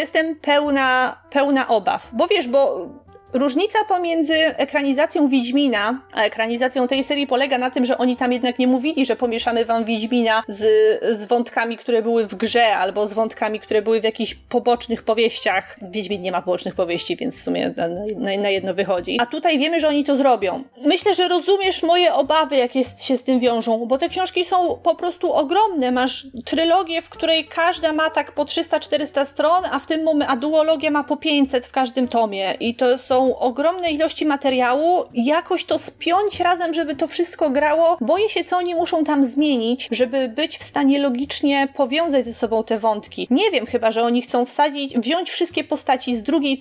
jestem pełna obaw. Bo wiesz, bo różnica pomiędzy ekranizacją Wiedźmina a ekranizacją tej serii polega na tym, że oni tam jednak nie mówili, że pomieszamy wam Wiedźmina z wątkami, które były w grze, albo z wątkami, które były w jakichś pobocznych powieściach. Wiedźmin nie ma pobocznych powieści, więc w sumie na jedno wychodzi. A tutaj wiemy, że oni to zrobią. Myślę, że rozumiesz moje obawy, jakie się z tym wiążą, bo te książki są po prostu ogromne. Masz trylogię, w której każda ma tak po 300-400 stron, a duologia ma po 500 w każdym tomie. I to są ogromne ilości materiału, jakoś to spiąć razem, żeby to wszystko grało. Boję się, co oni muszą tam zmienić, żeby być w stanie logicznie powiązać ze sobą te wątki. Nie wiem, chyba że oni chcą wziąć wszystkie postaci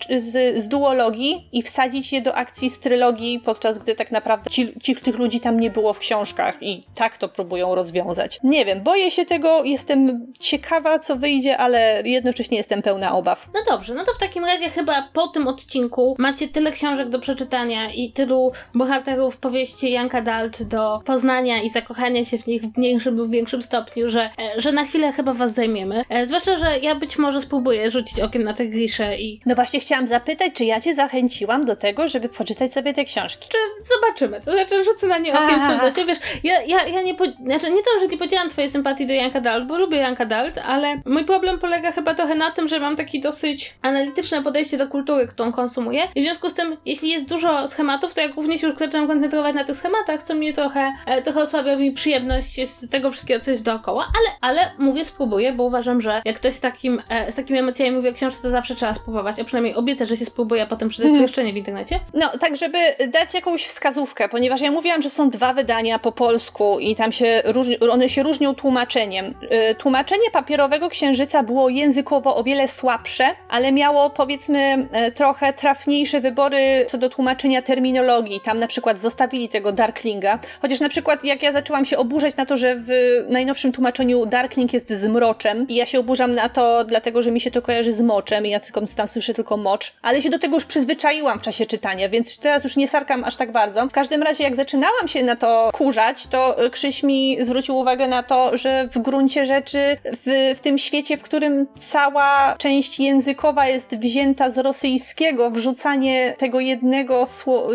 z duologii i wsadzić je do akcji z trylogii, podczas gdy tak naprawdę tych ludzi tam nie było w książkach i tak to próbują rozwiązać. Nie wiem, boję się tego, jestem ciekawa, co wyjdzie, ale jednocześnie jestem pełna obaw. No dobrze, no to w takim razie chyba po tym odcinku macie tyle książek do przeczytania i tylu bohaterów powieści young adult do poznania i zakochania się w nich w mniejszym lub większym stopniu, że na chwilę chyba was zajmiemy. Zwłaszcza, że ja być może spróbuję rzucić okiem na te Grisze i... No właśnie chciałam zapytać, czy ja cię zachęciłam do tego, żeby poczytać sobie te książki? Czy zobaczymy, to znaczy rzucę na nie okiem z pewnością. Wiesz, ja nie to, że nie podzielam twojej sympatii do young adult, bo lubię young adult, ale mój problem polega chyba trochę na tym, że mam taki dosyć analityczne podejście do kultury, którą konsumuję. I w związku z tym, jeśli jest dużo schematów, to ja również już zaczynam koncentrować na tych schematach, co mnie trochę osłabia mi przyjemność z tego wszystkiego, co jest dookoła, ale mówię, spróbuję, bo uważam, że jak ktoś z takimi emocjami mówi o książce, to zawsze trzeba spróbować, a przynajmniej obiecać, że się spróbuje, a potem przeczytać streszczenie w internecie. No, tak żeby dać jakąś wskazówkę, ponieważ ja mówiłam, że są 2 wydania po polsku i tam one się różnią tłumaczeniem. Tłumaczenie Papierowego Księżyca było językowo o wiele słabsze, ale miało, powiedzmy, trochę trafniejsze wybory co do tłumaczenia terminologii. Tam na przykład zostawili tego Darklinga, chociaż na przykład jak ja zaczęłam się oburzać na to, że w najnowszym tłumaczeniu Darkling jest z mroczem i ja się oburzam na to, dlatego że mi się to kojarzy z moczem i ja tam słyszę tylko mocz, ale się do tego już przyzwyczaiłam w czasie czytania, więc teraz już nie sarkam aż tak bardzo. W każdym razie jak zaczynałam się na to kurzać, to Krzyś mi zwrócił uwagę na to, że w gruncie rzeczy w tym świecie, w którym cała część językowa jest wzięta z rosyjskiego, wrzucanie tego jednego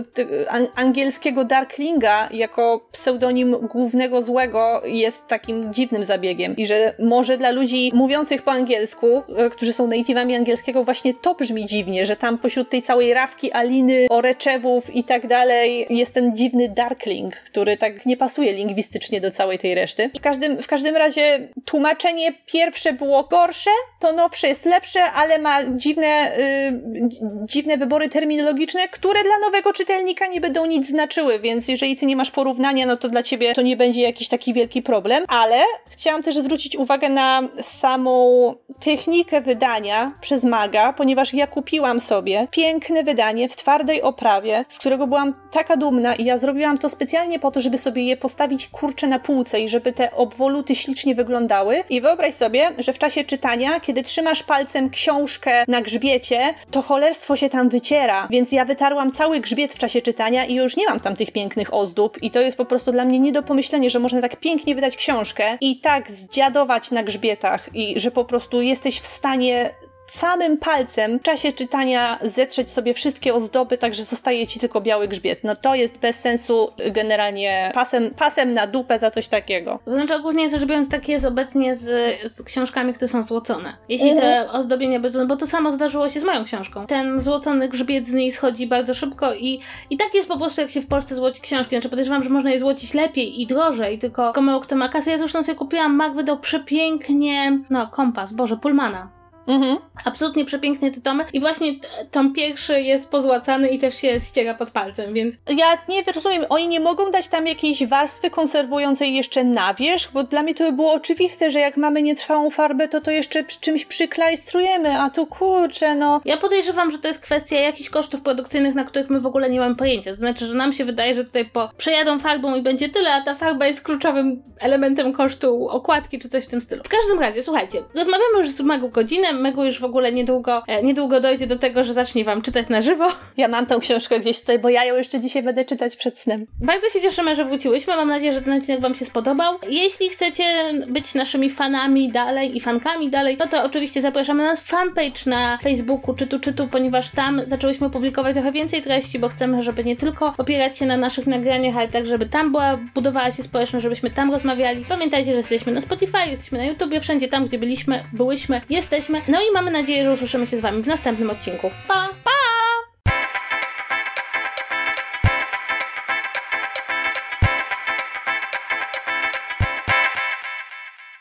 angielskiego Darklinga jako pseudonim głównego złego jest takim dziwnym zabiegiem i że może dla ludzi mówiących po angielsku, którzy są native'ami angielskiego, właśnie to brzmi dziwnie, że tam pośród tej całej Rawki, Aliny, Oreczewów i tak dalej jest ten dziwny Darkling, który tak nie pasuje lingwistycznie do całej tej reszty. W każdym razie tłumaczenie pierwsze było gorsze, to nowsze jest lepsze, ale ma dziwne wybory terminologiczne, które dla nowego czytelnika nie będą nic znaczyły, więc jeżeli ty nie masz porównania, no to dla ciebie to nie będzie jakiś taki wielki problem, ale chciałam też zwrócić uwagę na samą technikę wydania przez maga, ponieważ ja kupiłam sobie piękne wydanie w twardej oprawie, z którego byłam taka dumna i ja zrobiłam to specjalnie po to, żeby sobie je postawić kurczę na półce i żeby te obwoluty ślicznie wyglądały. I wyobraź sobie, że w czasie czytania, kiedy trzymasz palcem książkę na grzbiecie, to cholerstwo się tam wyciera, więc ja wytarłam cały grzbiet w czasie czytania i już nie mam tam tych pięknych ozdób i to jest po prostu dla mnie nie do pomyślenia, że można tak pięknie wydać książkę i tak zdziadować na grzbietach i że po prostu jesteś w stanie samym palcem w czasie czytania zetrzeć sobie wszystkie ozdoby, tak że zostaje ci tylko biały grzbiet. No to jest bez sensu, generalnie pasem na dupę za coś takiego. Znaczy ogólnie rzecz biorąc tak jest obecnie z książkami, które są złocone. Jeśli te ozdobienia będą, bo to samo zdarzyło się z moją książką. Ten złocony grzbiet z niej schodzi bardzo szybko i tak jest po prostu jak się w Polsce złoci książki. Znaczy podejrzewam, że można je złocić lepiej i drożej, tylko mało kto ma kasę. Ja zresztą sobie kupiłam, Mag wydał przepięknie, Kompas, Pullmana. Absolutnie przepięknie te tomy i właśnie tom pierwszy jest pozłacany i też się ściera pod palcem, więc... Ja nie rozumiem, oni nie mogą dać tam jakiejś warstwy konserwującej jeszcze na wierzch, bo dla mnie to by było oczywiste, że jak mamy nietrwałą farbę, to jeszcze czymś przyklajstrujemy, a tu kurczę, no... Ja podejrzewam, że to jest kwestia jakichś kosztów produkcyjnych, na których my w ogóle nie mamy pojęcia. To znaczy, że nam się wydaje, że tutaj przejadą farbą i będzie tyle, a ta farba jest kluczowym elementem kosztu okładki czy coś w tym stylu. W każdym razie, słuchajcie, rozmawiamy już z Magą godzinę, Megu już w ogóle niedługo dojdzie do tego, że zacznie wam czytać na żywo. Ja mam tę książkę gdzieś tutaj, bo ja ją jeszcze dzisiaj będę czytać przed snem. Bardzo się cieszymy, że wróciłyśmy. Mam nadzieję, że ten odcinek wam się spodobał. Jeśli chcecie być naszymi fanami dalej i fankami dalej, no to oczywiście zapraszamy na fanpage na Facebooku czytu, ponieważ tam zaczęłyśmy publikować trochę więcej treści, bo chcemy, żeby nie tylko opierać się na naszych nagraniach, ale tak, żeby tam budowała się społeczność, żebyśmy tam rozmawiali. Pamiętajcie, że jesteśmy na Spotify, jesteśmy na YouTubie, wszędzie tam, gdzie byliśmy, jesteśmy. No i mamy nadzieję, że usłyszymy się z wami w następnym odcinku. Pa!